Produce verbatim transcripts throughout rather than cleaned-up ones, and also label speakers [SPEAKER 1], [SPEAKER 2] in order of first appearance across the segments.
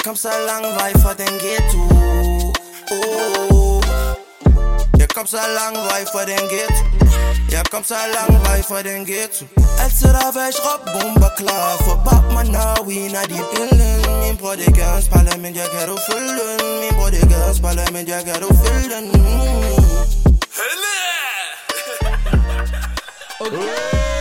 [SPEAKER 1] kom så lang vej fra den ghetto. Oh. Jeg kom så lang vej fra den ghetto. Jeg kom så lang vej fra den ghetto. Altid der væk råb bomber klar. For bab mig når vi når de billen. Min bror det gør en spejler, men jeg kan du følge den. Min bror det gør en spejler, men jeg kan du følge den. Helle!
[SPEAKER 2] Okay.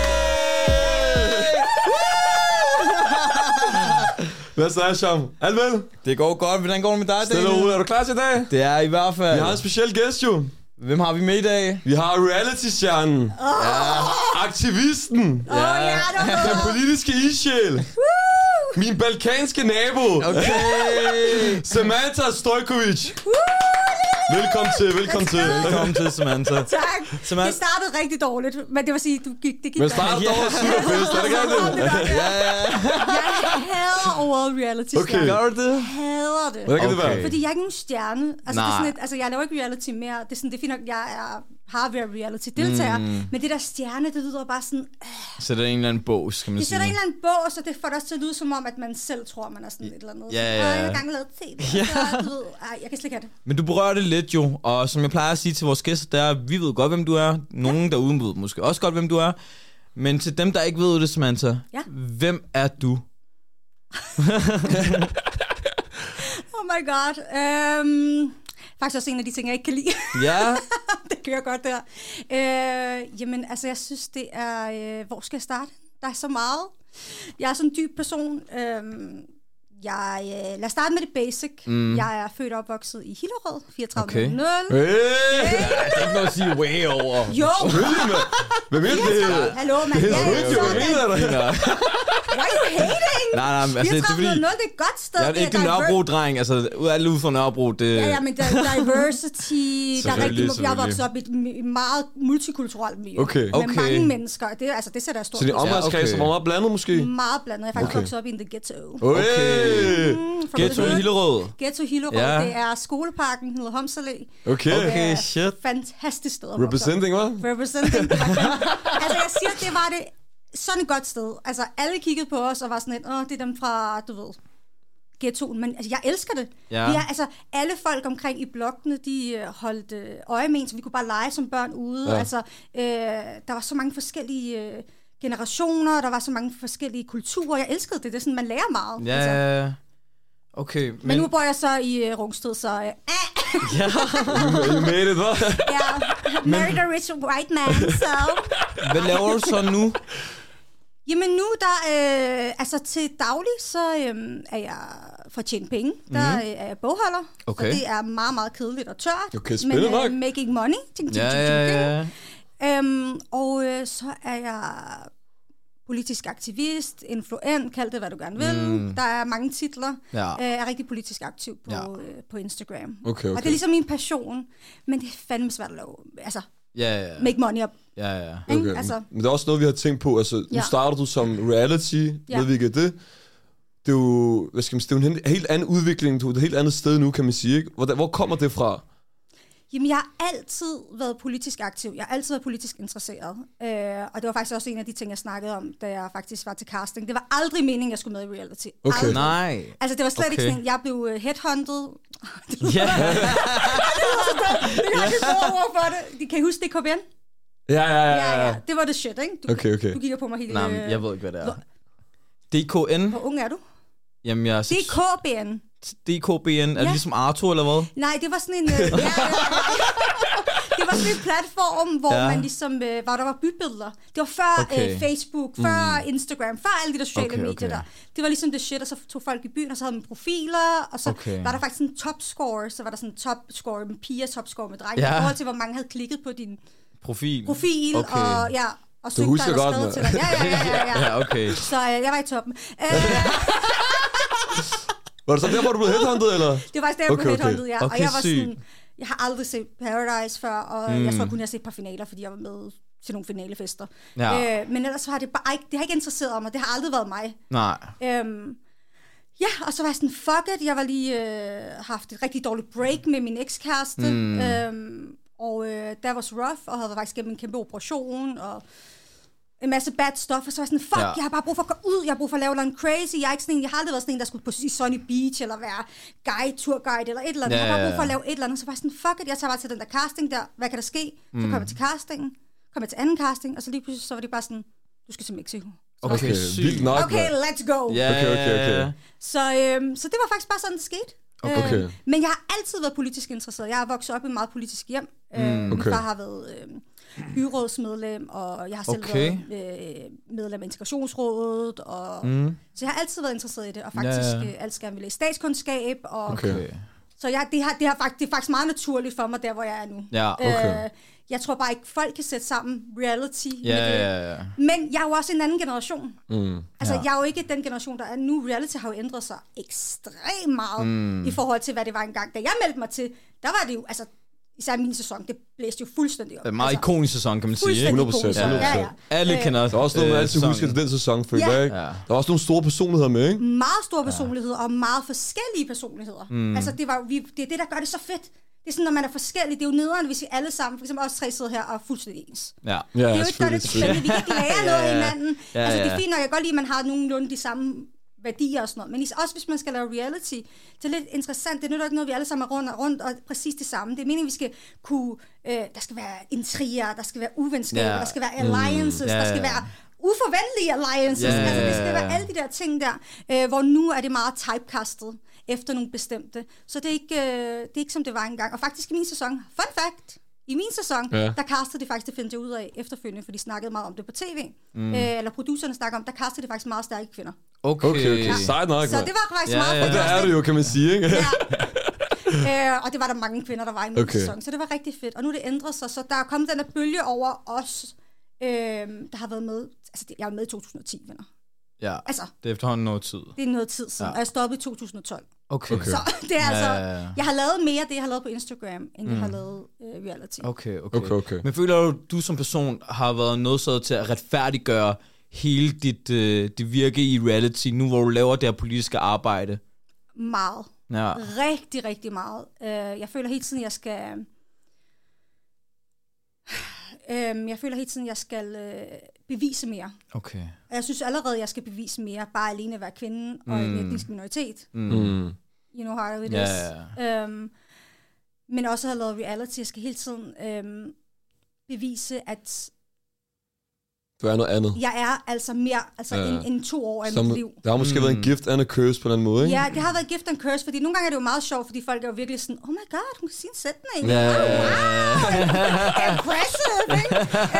[SPEAKER 3] Hvad så er Sham? Alt vel?
[SPEAKER 2] Det går godt. Hvordan går det med dig,
[SPEAKER 3] Stille og roligt. Er du klar til i dag?
[SPEAKER 2] Det er i hvert fald.
[SPEAKER 3] Vi har en speciel gæst jo.
[SPEAKER 2] Hvem har vi med i dag?
[SPEAKER 3] Vi har reality-stjernen.
[SPEAKER 4] Oh.
[SPEAKER 3] Ja. Aktivisten.
[SPEAKER 4] Oh, ja. Ja,
[SPEAKER 3] den politiske ildsjæl. Min balkanske nabo.
[SPEAKER 2] Okay.
[SPEAKER 3] Samantha Stojkovic. Velkommen til, velkommen til.
[SPEAKER 2] Velkommen til, Samantha.
[SPEAKER 4] Tak. Samantha. Det startede rigtig dårligt, men det vil sige, du gik, det gik.
[SPEAKER 3] Men startede dårligt super fest, er det ikke det?
[SPEAKER 4] Ja, ja. Jeg hader ordet reality.
[SPEAKER 3] Okay.
[SPEAKER 2] Gør du det?
[SPEAKER 4] Jeg hader det.
[SPEAKER 3] Hvordan kan
[SPEAKER 2] okay.
[SPEAKER 3] det være?
[SPEAKER 4] Fordi jeg er ikke nogen stjerne. Altså,
[SPEAKER 2] Nej.
[SPEAKER 4] det er sådan et, altså, jeg laver ikke reality mere. Det er sådan, det er fint nok, jeg er, har været reality-deltager. Mm. Men det der stjerne, det lyder bare sådan... Øh.
[SPEAKER 2] Så det er en eller anden bog, skal man
[SPEAKER 4] det
[SPEAKER 2] sige.
[SPEAKER 4] sætter en eller anden bog, så det får det også til at lyde som om, at man selv tror, man er sådan et eller andet.
[SPEAKER 2] Ja, ja, ja.
[SPEAKER 4] Jeg har engang lavet tv. Ja. Så, du ved, ej, jeg kan slet ikke have det.
[SPEAKER 2] Men du berører det lidt jo, og som jeg plejer at sige til vores gæster, der er, vi ved godt, hvem du er. Nogen ja. derude ved måske også godt, hvem du er. Men til dem, der ikke ved det, Samantha,
[SPEAKER 4] ja.
[SPEAKER 2] hvem er du?
[SPEAKER 4] Oh my god. Um, faktisk også en af de ting, jeg ikke kan lide.
[SPEAKER 2] Ja.
[SPEAKER 4] Det kører godt der. Uh, jamen, altså, jeg synes, det er... Uh, hvor skal jeg starte? Der er så meget. Jeg er sådan en dyb person. Uh, jeg, uh, lad os starte med det basic. Mm. Jeg er født og opvokset i Hillerød, fireogtredive nul nul.
[SPEAKER 3] Okay. Hey.
[SPEAKER 2] Hey. Ja, det er ikke noget at sige way over.
[SPEAKER 4] Jo.
[SPEAKER 3] Hvad mener det?
[SPEAKER 4] Hallo, mand.
[SPEAKER 3] Det er smukt, jo. Hvad mener du?
[SPEAKER 4] Why are you hating?
[SPEAKER 2] Nej, nej, altså, det er fordi...
[SPEAKER 4] fireogtredive nul nul, det er et godt sted.
[SPEAKER 2] Jeg er ikke en Nørrebro-dreng, altså alt ude fra Nørrebro, det...
[SPEAKER 4] Ja, ja, men der er diversity, der er rigtig... Jeg har vokset op i et meget multikulturelt miljø.
[SPEAKER 3] Okay.
[SPEAKER 4] Med
[SPEAKER 2] okay.
[SPEAKER 4] mange mennesker, det, altså, det sætter jeg stort.
[SPEAKER 3] Så din omgangskreds er meget blandet måske?
[SPEAKER 4] Meget blandet. Jeg er faktisk okay. vokset op i en ghetto.
[SPEAKER 2] Okay.
[SPEAKER 4] Mm,
[SPEAKER 2] Ghetto i Hillerød.
[SPEAKER 4] Ghetto i Hillerød,
[SPEAKER 2] ja.
[SPEAKER 4] Det er skoleparken, den hedder Homsalé.
[SPEAKER 3] Okay.
[SPEAKER 2] Okay, shit.
[SPEAKER 4] Fantastisk sted.
[SPEAKER 3] Representing, hvad?
[SPEAKER 4] Representing. Altså, jeg siger, det var det... Sådan et godt sted. Altså, alle kiggede på os og var sådan et, åh, det er dem fra, du ved, ghettoen. Men altså, jeg elsker det.
[SPEAKER 2] Ja.
[SPEAKER 4] Vi er, altså, alle folk omkring i blokkene, de øh, holdt øh, øje med en, så vi kunne bare lege som børn ude. Ja. Altså, øh, der var så mange forskellige øh, generationer, der var så mange forskellige kulturer. Jeg elskede det. Det er sådan, man lærer meget.
[SPEAKER 2] Ja,
[SPEAKER 4] altså.
[SPEAKER 2] Okay. Men...
[SPEAKER 4] men nu bor jeg så i uh, Rungsted, så... Uh,
[SPEAKER 2] ja.
[SPEAKER 3] You made it, hva'?
[SPEAKER 4] Ja, married a rich white man, så...
[SPEAKER 2] Hvad laver du så nu?
[SPEAKER 4] Jamen nu, der, øh, altså til daglig, så øh, er jeg for at tjene penge. Der mm. er jeg bogholder,
[SPEAKER 2] okay.
[SPEAKER 4] så det er meget, meget kedeligt og tørt.
[SPEAKER 3] Okay, spændende
[SPEAKER 4] men,
[SPEAKER 3] nok.
[SPEAKER 4] Uh, making money. Ting, ting,
[SPEAKER 2] ja,
[SPEAKER 4] ting,
[SPEAKER 2] ja,
[SPEAKER 4] ja. Øhm, og øh, så er jeg politisk aktivist, influent, kald det, hvad du gerne vil. Mm. Der er mange titler.
[SPEAKER 2] Ja.
[SPEAKER 4] Øh, jeg er rigtig politisk aktiv på,
[SPEAKER 2] ja.
[SPEAKER 4] øh, på Instagram.
[SPEAKER 3] Okay, okay.
[SPEAKER 4] Og det er ligesom min passion, men det er fandme svært at lave. Altså,
[SPEAKER 2] ja, ja.
[SPEAKER 4] make money up.
[SPEAKER 2] Ja, ja.
[SPEAKER 3] Okay.
[SPEAKER 4] Altså,
[SPEAKER 3] men det er også noget, vi har tænkt på. Altså,
[SPEAKER 4] ja.
[SPEAKER 3] Nu starter du som reality,
[SPEAKER 4] ja.
[SPEAKER 3] ved vi ikke det. Det er jo, hvad skal man sige, det er jo en helt anden udvikling, du er et helt andet sted nu, kan man sige, ikke? Hvor, hvor kommer det fra?
[SPEAKER 4] Jamen, jeg har altid været politisk aktiv. Jeg har altid været politisk interesseret. Øh, og det var faktisk også en af de ting, jeg snakkede om, da jeg faktisk var til casting. Det var aldrig meningen, jeg skulle med i reality.
[SPEAKER 3] Okay.
[SPEAKER 4] Aldrig.
[SPEAKER 2] Nej.
[SPEAKER 4] Altså, det var slet
[SPEAKER 2] okay.
[SPEAKER 4] ikke sådan, jeg blev headhunted.
[SPEAKER 2] Ja.
[SPEAKER 4] Det kan ikke få ord for det. Kan I huske det, K B N?
[SPEAKER 3] Ja, ja, ja.
[SPEAKER 4] Ja, ja. Det var det shit, ikke? Du,
[SPEAKER 3] okay, okay.
[SPEAKER 4] Du kigger på mig helt...
[SPEAKER 2] Nej, men jeg ved ikke, hvad det er. D K N?
[SPEAKER 4] Hvor ung er du?
[SPEAKER 2] Jamen, jeg er...
[SPEAKER 4] D K B N.
[SPEAKER 2] D K B N? Er det ja. ligesom Arthur, eller hvad?
[SPEAKER 4] Nej, det var sådan en... Øh, ja, det var sådan en platform, hvor ja. man ligesom... Øh, hvor der var bybilleder. Det var før okay. øh, Facebook, før mm. Instagram, før alle de der sociale okay, medier okay. der. Det var ligesom det shit, og så tog folk i byen, og så havde man profiler, og så okay. var der faktisk en topscore, så var der sådan en topscore med piger, topscore med drenge, ja. i forhold til, hvor mange havde klikket på din
[SPEAKER 2] profil,
[SPEAKER 4] profil
[SPEAKER 2] okay.
[SPEAKER 4] og ja... Og
[SPEAKER 3] du husker godt,
[SPEAKER 4] med. Til dig. Ja, ja, ja, ja, ja.
[SPEAKER 2] ja, okay.
[SPEAKER 4] Så øh, jeg var i toppen.
[SPEAKER 3] Var det så der, hvor du blev headhunted, eller?
[SPEAKER 4] Det var faktisk der, jeg
[SPEAKER 3] okay,
[SPEAKER 4] blev headhunted, ja.
[SPEAKER 2] Okay,
[SPEAKER 4] og jeg var
[SPEAKER 2] syg.
[SPEAKER 4] sådan, jeg har aldrig set Paradise før, og mm. jeg tror kun, jeg har set et par finaler, fordi jeg var med til nogle finalefester.
[SPEAKER 2] Ja.
[SPEAKER 4] Øh, men ellers har det bare ikke, det har ikke interesseret mig. Det har aldrig været mig.
[SPEAKER 2] Nej.
[SPEAKER 4] Øhm, ja, og så var jeg sådan, fuck it. Jeg var lige øh, haft et rigtig dårligt break med min ekskæreste. Mm. Øhm, og øh, der var så rough, og havde faktisk gennem en kæmpe operation, og en masse bad stuff, og så var jeg sådan, fuck, ja. jeg har bare brug for at gå ud, jeg har brug for at lave noget crazy, jeg er ikke sådan en, jeg har aldrig været sådan en, der skulle på Sunny Beach, eller være guide, tourguide, eller et eller andet, ja, jeg har bare brug for at lave et eller andet, så var jeg sådan, fuck it, jeg tager bare til den der casting der, hvad kan der ske? Så mm. kommer jeg til castingen, kommer jeg til anden casting, og så lige pludselig, så var det bare sådan, du skal til Mexico.
[SPEAKER 3] Okay, okay, vildt nok.
[SPEAKER 4] Okay, let's go.
[SPEAKER 2] Yeah.
[SPEAKER 3] Okay, okay, okay.
[SPEAKER 4] Så, øhm, så det var faktisk bare sådan, det skete.
[SPEAKER 3] Okay. Okay.
[SPEAKER 4] Øhm, men jeg har altid været politisk interesseret. Jeg har vokset op i et meget politisk hjem. Mm. Øhm, okay. Min far har været øhm, byrådsmedlem, og jeg har selv okay. været øh, medlem af integrationsrådet. Og, mm. Så jeg har altid været interesseret i det, og faktisk ja, ja. Øh, altid gerne vil læse statskundskab. Og,
[SPEAKER 3] okay.
[SPEAKER 4] Så jeg, det, har, det, har faktisk, det er faktisk meget naturligt for mig, der hvor jeg er nu.
[SPEAKER 2] Ja,
[SPEAKER 3] okay.
[SPEAKER 4] øh, jeg tror bare ikke, folk kan sætte sammen reality
[SPEAKER 2] ja,
[SPEAKER 4] med det.
[SPEAKER 2] Ja, ja.
[SPEAKER 4] Men jeg er jo også en anden generation.
[SPEAKER 3] Mm.
[SPEAKER 4] Altså,
[SPEAKER 2] ja.
[SPEAKER 4] jeg er jo ikke den generation, der er nu. Reality har jo ændret sig ekstremt meget mm. i forhold til, hvad det var engang. Da jeg meldte mig til, der var det jo, altså, især min sæson, det blæste jo fuldstændig op.
[SPEAKER 2] Det er en meget
[SPEAKER 4] altså,
[SPEAKER 2] ikonisk sæson, kan man sige.
[SPEAKER 3] hundrede procent.
[SPEAKER 2] Ja, ja, ja. Alle kender
[SPEAKER 3] der er også noget, man altid husker til den sæson, føler jeg, ikke? Ja. Der var også nogle store personligheder med, ikke?
[SPEAKER 4] Meget store personligheder, ja. Og meget forskellige personligheder. Mm. Altså, det, var, vi, det er det, der gør det så fedt. Det er sådan, når man er forskellig. Det er jo nederen, hvis vi alle sammen, for eksempel os tre sidder her og er fuldstændig ens.
[SPEAKER 2] Ja. Ja,
[SPEAKER 4] det er jo ikke godt, det spændende. Vi kan ikke lære noget af hinanden.
[SPEAKER 2] Ja,
[SPEAKER 4] altså,
[SPEAKER 2] ja.
[SPEAKER 4] det er fint, når jeg godt lide, at man har nogenlunde de samme værdier og sådan noget. Men også hvis man skal lave reality, det er lidt interessant. Det nytter ikke noget, vi alle sammen er rundt og rundt og præcis det samme. Det er meningen, vi skal kunne... Øh, der skal være intriger, der skal være uvenskaber, yeah. der skal være alliances, mm, yeah, der skal være uforventelige alliances. Yeah, altså, det skal være alle de der ting der, øh, hvor nu er det meget typecastet efter nogle bestemte. Så det er ikke, øh, det er ikke som det var engang. Og faktisk i min sæson, fun fact, i min sæson, ja. Der castede det faktisk, det fandt jeg ud af efterfølgende, for de snakkede meget om det på tv. Mm. Øh, eller producerne snakker om, der castede det faktisk meget stærke kvinder.
[SPEAKER 3] Okay, okay, okay. Ja. Sejt nok,
[SPEAKER 4] så det var faktisk
[SPEAKER 2] ja,
[SPEAKER 4] meget
[SPEAKER 2] ja,
[SPEAKER 3] ja. Det er det jo, kan man sige, ikke?
[SPEAKER 4] Ja. øh, og det var der mange kvinder, der var i min okay. sæson, så det var rigtig fedt. Og nu er det ændret sig, så der er kommet den der bølge over os, øh, der har været med, altså jeg var med i to tusind og ti, venner.
[SPEAKER 2] Ja,
[SPEAKER 4] altså,
[SPEAKER 2] det er efterhånden noget tid.
[SPEAKER 4] Det er noget tid siden, ja. Og jeg stoppede i to tusind og tolv.
[SPEAKER 2] Okay. okay.
[SPEAKER 4] Så det er altså,
[SPEAKER 2] ja, ja, ja.
[SPEAKER 4] jeg har lavet mere det, jeg har lavet på Instagram, end mm. jeg har lavet øh, reality.
[SPEAKER 2] Okay, okay,
[SPEAKER 3] okay, okay.
[SPEAKER 2] Men føler du, du som person har været nødsaget til at retfærdiggøre hele dit, øh, dit virke i reality, nu hvor du laver det her politiske arbejde?
[SPEAKER 4] Meget.
[SPEAKER 2] Ja.
[SPEAKER 4] Rigtig, rigtig meget. Uh, jeg føler hele tiden, jeg skal... Um, jeg føler hele tiden, jeg skal uh, bevise mere.
[SPEAKER 2] Okay.
[SPEAKER 4] Og jeg synes allerede, jeg skal bevise mere, bare alene at være kvinde og mm. en etnisk minoritet.
[SPEAKER 3] Mm.
[SPEAKER 4] You know how it is.
[SPEAKER 2] Yeah, yeah.
[SPEAKER 4] Um, men også at have lavet reality. Jeg skal hele tiden um, bevise, at
[SPEAKER 3] du er noget andet.
[SPEAKER 4] Jeg er altså mere altså ja. end, end to år af Som, mit liv.
[SPEAKER 3] Der har måske mm. været en gift and a curse på den måde, ikke?
[SPEAKER 4] Ja, det har været gift and curse, fordi nogle gange er det jo meget sjovt, fordi folk er jo virkelig sådan, oh my god, hun kan sige en sætning.
[SPEAKER 2] Ja.
[SPEAKER 4] Oh, wow, impressive, ikke?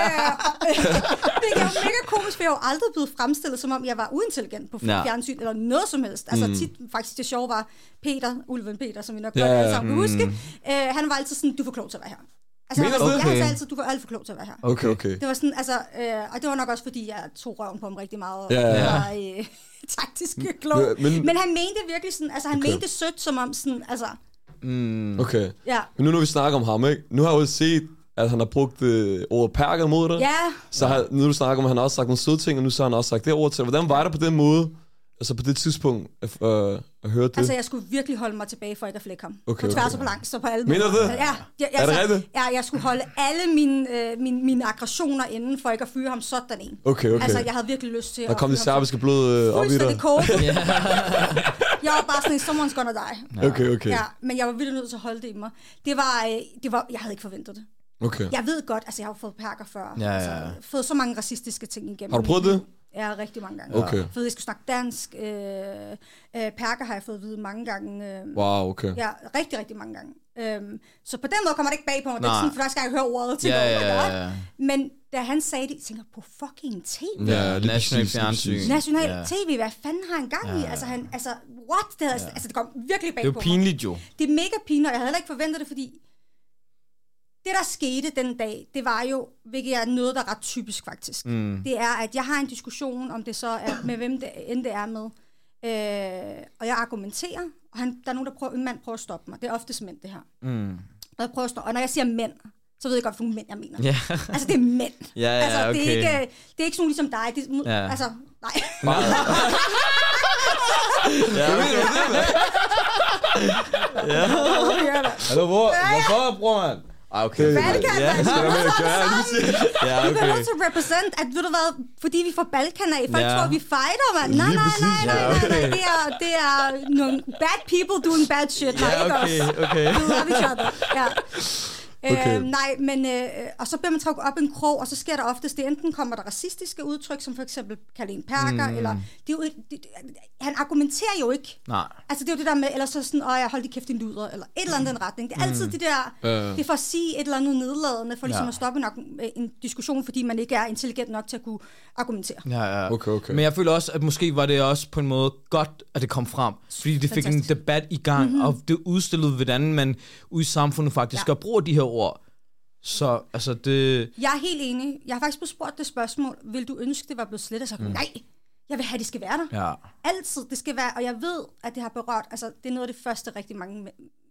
[SPEAKER 4] Det er jo mega komisk, for jeg er jo aldrig blevet fremstillet, som om jeg var uintelligent på fjernsyn, eller noget som helst. Altså mm. tit, faktisk det sjove var Peter, Ulven Peter, som vi nok
[SPEAKER 3] ja,
[SPEAKER 4] godt alle sammen
[SPEAKER 3] mm.
[SPEAKER 4] huske. Uh, han var altid sådan, du får klog til at være her. Altså,
[SPEAKER 3] Mener
[SPEAKER 4] jeg,
[SPEAKER 3] du?
[SPEAKER 4] jeg
[SPEAKER 2] Okay.
[SPEAKER 4] har altid, du får alt for klog til at være her.
[SPEAKER 3] Okay, okay.
[SPEAKER 4] Det var sådan, altså, øh, og det var nok også, fordi jeg tog røven på ham rigtig meget, og
[SPEAKER 3] ja, ja, ja.
[SPEAKER 4] var øh, taktisk klog. Men, men han mente virkelig sådan, altså han
[SPEAKER 3] okay.
[SPEAKER 4] mente sødt, som om sådan, altså...
[SPEAKER 2] Mm.
[SPEAKER 3] Okay.
[SPEAKER 4] Ja.
[SPEAKER 3] Men nu når vi snakker om ham, ikke? Nu har jeg jo set, at han har brugt øh, ordet perker mod dig.
[SPEAKER 4] Ja.
[SPEAKER 3] Så har, nu du snakker om, at han har også sagt nogle søde ting, og nu så har han også sagt det ord til dig. Hvordan var det på den måde, altså på det tidspunkt, at, øh, at høre det?
[SPEAKER 4] Altså, jeg skulle virkelig holde mig tilbage for ikke at flække ham.
[SPEAKER 3] Okay,
[SPEAKER 4] på tværs
[SPEAKER 3] okay.
[SPEAKER 4] og på langs og på alle
[SPEAKER 3] Mener du det?
[SPEAKER 4] Ja, ja,
[SPEAKER 3] er
[SPEAKER 4] altså,
[SPEAKER 3] det rigtigt?
[SPEAKER 4] Ja, jeg skulle holde alle mine, øh, mine, mine aggressioner inden, for ikke at fyre ham sådan en.
[SPEAKER 3] Okay, okay.
[SPEAKER 4] Altså, jeg havde virkelig lyst til
[SPEAKER 3] der
[SPEAKER 4] at
[SPEAKER 3] kom det serbiske blod øh, op i dig.
[SPEAKER 4] Fuldstændig kogt. Jeg var bare sådan, someone's gonna die.
[SPEAKER 3] Okay, okay.
[SPEAKER 4] Ja, men jeg var virkelig nødt til at holde det i mig. Det var, øh, det var, jeg havde ikke forventet det.
[SPEAKER 3] Okay.
[SPEAKER 4] Jeg ved godt, altså jeg har jo fået perker før.
[SPEAKER 2] Ja, ja, ja.
[SPEAKER 4] Altså, fået så mange racistiske ting igennem.
[SPEAKER 3] Har du prøvet det?
[SPEAKER 4] Ja, rigtig mange gange.
[SPEAKER 3] Okay.
[SPEAKER 4] For jeg skulle snakke dansk. Øh, øh, perker har jeg fået at vide mange gange. Øh,
[SPEAKER 3] wow, okay.
[SPEAKER 4] Ja, rigtig, rigtig mange gange. Øhm, så på den måde kommer det ikke bag på mig. Det er sådan, for første gang jeg hører ordet til
[SPEAKER 2] ja,
[SPEAKER 4] noget.
[SPEAKER 2] Ja, ja, ja.
[SPEAKER 4] Men da han sagde det, jeg tænker på fucking T V.
[SPEAKER 2] Ja, national fjernsyn.
[SPEAKER 4] National
[SPEAKER 2] ja.
[SPEAKER 4] T V, hvad fanden har han gang i? Ja. Altså, han, altså, what? Det, havde, ja. altså, det kom virkelig bag på mig.
[SPEAKER 2] Det er jo pinligt jo.
[SPEAKER 4] Det er mega pinligt, og jeg havde heller ikke forventet det, fordi det, der skete den dag, det var jo, hvilket er noget, der er ret typisk faktisk. Mm. Det er, at jeg har en diskussion, om det så er med hvem det end det er med. Øh, og jeg argumenterer, og han, der er nogen, der prøver, en mand prøver at stoppe mig. Det er oftest mænd, det her.
[SPEAKER 2] Mm.
[SPEAKER 4] Og, jeg prøver at stoppe, og når jeg siger mænd, så ved jeg godt, hvilke mænd jeg mener.
[SPEAKER 2] Yeah.
[SPEAKER 4] Altså, det er mænd.
[SPEAKER 2] Ja, ja,
[SPEAKER 4] altså,
[SPEAKER 2] okay.
[SPEAKER 4] det, er ikke, det er ikke sådan ligesom dig. Det,
[SPEAKER 2] ja.
[SPEAKER 4] Altså, nej.
[SPEAKER 2] Ja, okay. Ja. Hallo, hvor, hvorfor, bror, mand? Ah, okay.
[SPEAKER 4] Balkan,
[SPEAKER 2] ja,
[SPEAKER 4] man.
[SPEAKER 3] Skal der med at gøre?
[SPEAKER 2] ja,
[SPEAKER 4] Vi bliver
[SPEAKER 2] okay.
[SPEAKER 4] nødt til at represent, at ved du hvad, fordi vi får Balkan af, folk
[SPEAKER 2] Ja.
[SPEAKER 4] tror, vi fighter, mand. Nej,
[SPEAKER 3] Lige
[SPEAKER 4] nej,
[SPEAKER 3] præcis.
[SPEAKER 4] nej, nej,
[SPEAKER 2] Ja,
[SPEAKER 4] nej,
[SPEAKER 2] okay.
[SPEAKER 4] nej, det er, det er nogle bad people doing bad shit. Nej,
[SPEAKER 2] Ja,
[SPEAKER 4] ikke
[SPEAKER 2] okay,
[SPEAKER 4] os.
[SPEAKER 2] okay.
[SPEAKER 4] We love each other. Ja.
[SPEAKER 3] Okay.
[SPEAKER 4] Øh, nej, men øh, og så bliver man trukket op en krog, og så sker der oftest, det enten kommer der racistiske udtryk, som for eksempel kalde en perker, mm. eller det er jo, det, han argumenterer jo ikke.
[SPEAKER 2] Nej.
[SPEAKER 4] Altså det er jo det der med, eller så sådan, åh, jeg holdt i kæft din luder, eller et eller andet den retning. Det er altid mm. det der,
[SPEAKER 3] Ja.
[SPEAKER 4] det er for at sige et eller andet nedladende, for ligesom
[SPEAKER 2] Ja.
[SPEAKER 4] at stoppe nok en diskussion, fordi man ikke er intelligent nok til at kunne argumentere.
[SPEAKER 2] Ja, ja.
[SPEAKER 3] Okay, okay.
[SPEAKER 2] Men jeg føler også, at måske var det også på en måde godt, at det kom frem. Fordi det fik
[SPEAKER 4] Fantastisk.
[SPEAKER 2] en debat i gang, mm-hmm. og det udstillede, hvordan man ude i samfundet faktisk ja. bruger de her ord. Så altså det...
[SPEAKER 4] Jeg er helt enig. Jeg har faktisk blevet spurgt det spørgsmål, vil du ønske, det var blevet slettet? Så mm. nej, jeg vil have, det skal være der.
[SPEAKER 2] Ja.
[SPEAKER 4] Altid, det skal være, og jeg ved, at det har berørt, altså det er noget af det første, rigtig mange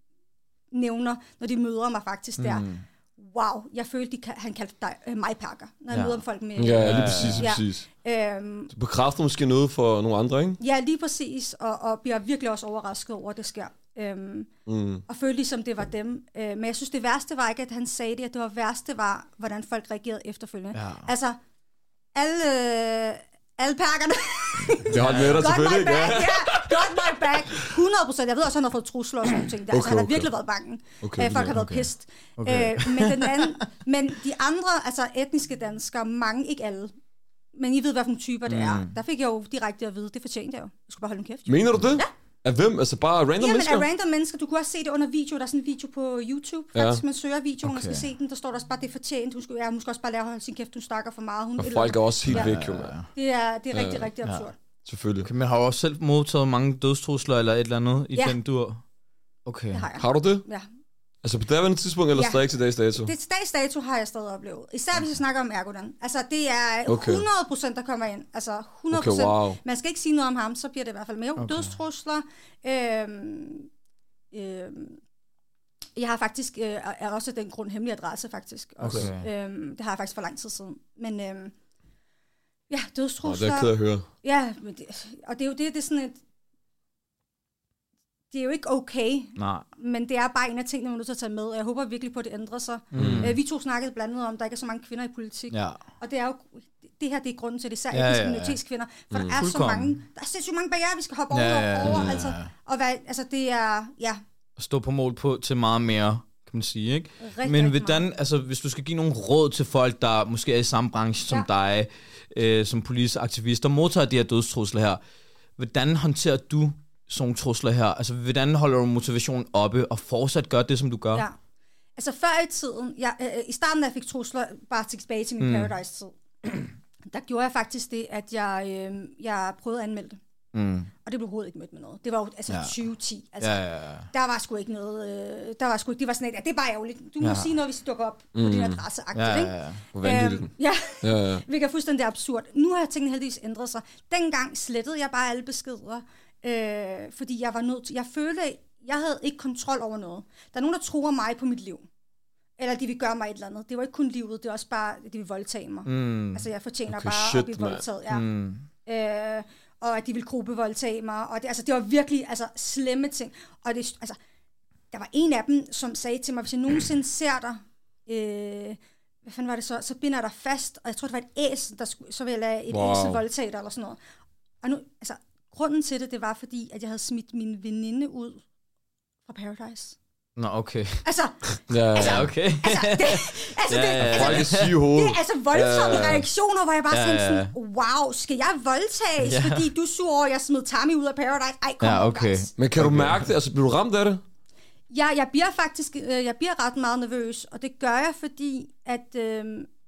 [SPEAKER 4] nævner, når de møder mig faktisk der. Mm. Wow, jeg følte, de, han kaldte dig, øh, mig perker, når jeg
[SPEAKER 2] Ja.
[SPEAKER 4] møder folk med...
[SPEAKER 3] Ja, lige præcis, lige
[SPEAKER 4] Ja.
[SPEAKER 3] præcis.
[SPEAKER 4] Øhm,
[SPEAKER 3] Det bekræfter måske noget for nogle andre, ikke?
[SPEAKER 4] ja, lige præcis, og, og bliver virkelig også overrasket over, at det sker. Øhm,
[SPEAKER 3] Mm.
[SPEAKER 4] og følte ligesom, det var dem. Øh, men jeg synes, det værste var ikke, at han sagde det, at det var værste var, hvordan folk reagerede efterfølgende.
[SPEAKER 2] Ja.
[SPEAKER 4] Altså, alle, øh, alle perkerne...
[SPEAKER 3] Det holdt med dig
[SPEAKER 4] Got
[SPEAKER 3] selvfølgelig,
[SPEAKER 4] my
[SPEAKER 3] ikke?
[SPEAKER 4] back,
[SPEAKER 3] Ja.
[SPEAKER 4] ja. Got my back. hundrede procent. Jeg ved også, at han har fået trusler og sådan nogle ting. Der. Okay, altså, han har
[SPEAKER 3] okay.
[SPEAKER 4] virkelig været bange.
[SPEAKER 3] Okay,
[SPEAKER 4] øh, folk har været
[SPEAKER 2] okay.
[SPEAKER 4] pissed.
[SPEAKER 2] Okay.
[SPEAKER 4] Øh, men, den anden, men de andre, altså etniske danskere, mange, ikke alle, men I ved, hvad for nogle typer det er.
[SPEAKER 2] Mm.
[SPEAKER 4] Der fik jeg jo direkte at vide, det fortjente jeg jo. Jeg skulle bare holde en kæft.
[SPEAKER 3] Mener du det? Ja. Af hvem? Altså bare random
[SPEAKER 4] Jamen,
[SPEAKER 3] mennesker?
[SPEAKER 4] af random mennesker. Du kunne også se det under video. Der er sådan en video på YouTube. Faktisk, ja. Man søger videoen og skal
[SPEAKER 2] Okay.
[SPEAKER 4] se den. Der står der også bare, det er fortjent. Hun skulle, ja, hun skal også bare lære at holde sin kæft. Hun snakker for meget. Hun
[SPEAKER 3] Og
[SPEAKER 4] et
[SPEAKER 3] folk
[SPEAKER 4] eller
[SPEAKER 3] er også helt
[SPEAKER 4] Ja.
[SPEAKER 3] væk, jo, mand.
[SPEAKER 4] Det er, det er rigtig,
[SPEAKER 3] Ja.
[SPEAKER 4] rigtig absurd.
[SPEAKER 3] Selvfølgelig.
[SPEAKER 2] Okay, men har jo også selv modtaget mange dødstrusler eller et eller andet i
[SPEAKER 4] Ja.
[SPEAKER 2] den dur. Okay.
[SPEAKER 4] Det har jeg.
[SPEAKER 3] Har du det?
[SPEAKER 4] Ja.
[SPEAKER 3] Altså på daværende tidspunkt, eller
[SPEAKER 4] Ja.
[SPEAKER 3] stadig til dags dato?
[SPEAKER 4] Det til dags dato har jeg stadig oplevet. Især hvis jeg snakker om Erdogan. Altså, det er
[SPEAKER 3] Okay.
[SPEAKER 4] hundrede procent, der kommer ind. Altså, hundrede procent.
[SPEAKER 3] Okay, wow.
[SPEAKER 4] Man skal ikke sige noget om ham, så bliver det i hvert fald mere. Okay. Dødstrusler. Øhm, øhm, jeg har faktisk, øh, er også af den grund hemmelig adresse, faktisk. Også.
[SPEAKER 2] Okay.
[SPEAKER 4] Øhm, det har jeg faktisk for lang tid siden. Men øhm, ja,
[SPEAKER 3] Nå, det
[SPEAKER 4] dødstrusler.
[SPEAKER 3] er ked af at høre.
[SPEAKER 4] Ja, men det, og det er jo det, det er sådan et... Det er jo ikke okay,
[SPEAKER 2] Nej.
[SPEAKER 4] men det er bare en af tingene, man er nødt til at tage med, og jeg håber virkelig på, at det ændrer sig. Mm. Øh, vi to snakkede blandt andet om, at der ikke er så mange kvinder i politik,
[SPEAKER 2] Ja.
[SPEAKER 4] og det er jo det her, det er grunden til det, især
[SPEAKER 2] Ja,
[SPEAKER 4] etniske
[SPEAKER 2] ja, ja.
[SPEAKER 4] minoritetskvinder, for
[SPEAKER 2] Mm.
[SPEAKER 4] der er så
[SPEAKER 2] Fuldkommen.
[SPEAKER 4] mange, der er sindssygt mange barrierer, vi skal hoppe over
[SPEAKER 2] Ja, ja, ja,
[SPEAKER 4] og over,
[SPEAKER 2] ja, ja.
[SPEAKER 4] altså, og hvad, altså det er, ja,
[SPEAKER 2] At stå på mål på til meget mere, kan man sige, ikke?
[SPEAKER 4] rigtig,
[SPEAKER 2] Men
[SPEAKER 4] rigtig
[SPEAKER 2] hvordan, altså hvis du skal give nogle råd til folk, der måske er i samme branche som
[SPEAKER 4] Ja.
[SPEAKER 2] dig, øh, som politisk aktivist, der modtager de her dødstrusler her, hvordan håndterer du sådan nogle trusler her? Altså hvordan holder du motivationen oppe og fortsat gør det, som du gør?
[SPEAKER 4] ja. Altså før i tiden, jeg, øh, i starten, da jeg fik trusler, bare tilbage til min
[SPEAKER 2] Mm.
[SPEAKER 4] Paradise-tid, der gjorde jeg faktisk det, at jeg, øh, jeg prøvede at anmelde det.
[SPEAKER 2] Mm.
[SPEAKER 4] Og det blev overhovedet ikke mødt med noget. Det var jo altså
[SPEAKER 2] Ja.
[SPEAKER 4] tyve ti. Altså,
[SPEAKER 2] Ja, ja, ja.
[SPEAKER 4] der var sgu ikke noget, øh, der var sgu ikke, det var sådan et, ja, det er bare ærgerligt. Du må
[SPEAKER 2] Ja.
[SPEAKER 4] sige noget, hvis du dukker op på din adresse,
[SPEAKER 2] Ja, ja,
[SPEAKER 4] ikke?
[SPEAKER 2] ja.
[SPEAKER 3] Hvor vanvittigt.
[SPEAKER 4] Øhm, ja,
[SPEAKER 3] Ja, ja.
[SPEAKER 4] hvilket er fuldstændig absurd. Nu har tingene heldigvis ændret sig. Dengang slettede jeg bare alle beskeder, øh, fordi jeg var nødt til, jeg følte, jeg havde ikke kontrol over noget. Der er nogen, der truer mig på mit liv. Eller de vil gøre mig et eller andet. Det var ikke kun livet, det var også bare, de vil voldtage mig.
[SPEAKER 2] Mm.
[SPEAKER 4] Altså, jeg fortjener
[SPEAKER 3] Okay,
[SPEAKER 4] bare
[SPEAKER 3] shit,
[SPEAKER 4] at blive
[SPEAKER 3] mand.
[SPEAKER 4] voldtaget. Ja.
[SPEAKER 2] Mm.
[SPEAKER 4] Øh, og at de ville gruppevoldtage mig, og det, altså, det var virkelig altså, slemme ting. Og det, altså, der var en af dem, som sagde til mig, hvis jeg nogensinde ser dig, øh, hvad fanden var det så, så binder jeg dig fast, og jeg tror, det var et æs, der skulle, så ville jeg lade et
[SPEAKER 3] Wow.
[SPEAKER 4] æsel voldtage dig, eller sådan noget. Og nu, altså, grunden til det, det var fordi, at jeg havde smidt min veninde ud fra Paradise.
[SPEAKER 2] Nå, okay.
[SPEAKER 4] Altså,
[SPEAKER 3] Ja, ja.
[SPEAKER 2] Ja, okay.
[SPEAKER 4] altså, det, altså,
[SPEAKER 2] Ja,
[SPEAKER 4] det,
[SPEAKER 2] ja, ja.
[SPEAKER 4] altså,
[SPEAKER 3] Folk er syge i hovedet.
[SPEAKER 4] det er altså voldsomme
[SPEAKER 3] Ja.
[SPEAKER 4] reaktioner, hvor jeg bare
[SPEAKER 2] Ja,
[SPEAKER 4] ja,
[SPEAKER 2] ja, ja.
[SPEAKER 4] sådan, wow, skal jeg voldtages,
[SPEAKER 2] Ja.
[SPEAKER 4] fordi du er sur over, at jeg smed Tammy ud af Paradise? Ej, kom
[SPEAKER 2] Ja,
[SPEAKER 4] on,
[SPEAKER 2] okay.
[SPEAKER 4] guys.
[SPEAKER 3] Men kan du
[SPEAKER 2] Okay.
[SPEAKER 3] mærke det? Altså, bliver du ramt af det?
[SPEAKER 4] Ja, jeg bliver faktisk øh, jeg bliver ret meget nervøs, og det gør jeg, fordi at, øh,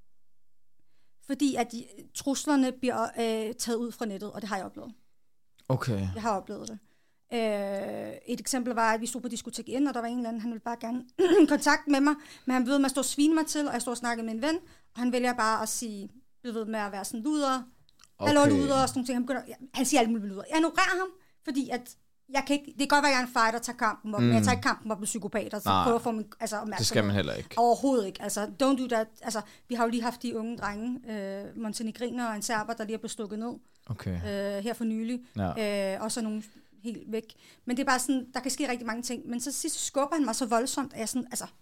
[SPEAKER 4] fordi at de, truslerne bliver øh, taget ud fra nettet, og det har jeg oplevet.
[SPEAKER 2] Okay.
[SPEAKER 4] Jeg har oplevet det. Øh, et eksempel var, at vi stod på diskotek ind, og der var en eller anden, han ville bare gerne kontakt med mig, men han blev ved med at stå og svine mig til, og jeg stod og snakkede med en ven, og han vælger bare at sige, blev ved med at være sådan luder, hallo
[SPEAKER 2] Okay.
[SPEAKER 4] luder, og sådan nogle ting. Han, begynder, ja, han siger alt muligt luder. Jeg ignorerer ham, fordi at jeg kan ikke, det kan godt være, at jeg er en fighter, tager kampen op, mm. men jeg tager ikke kampen op med psykopater, så
[SPEAKER 2] Nej.
[SPEAKER 4] prøver at få min altså, opmærksomhed.
[SPEAKER 2] Det skal man heller ikke.
[SPEAKER 4] Overhovedet ikke. Altså, don't do that. Altså, vi har jo lige haft de unge drenge, øh, montenegriner og en serber, der lige er blevet stukket ned
[SPEAKER 2] Okay.
[SPEAKER 4] øh, her for nylig.
[SPEAKER 2] Ja.
[SPEAKER 4] Øh, og så nogle helt væk. Men det er bare sådan, der kan ske rigtig mange ting. Men så sidst skubber han mig så voldsomt, at jeg sådan, altså,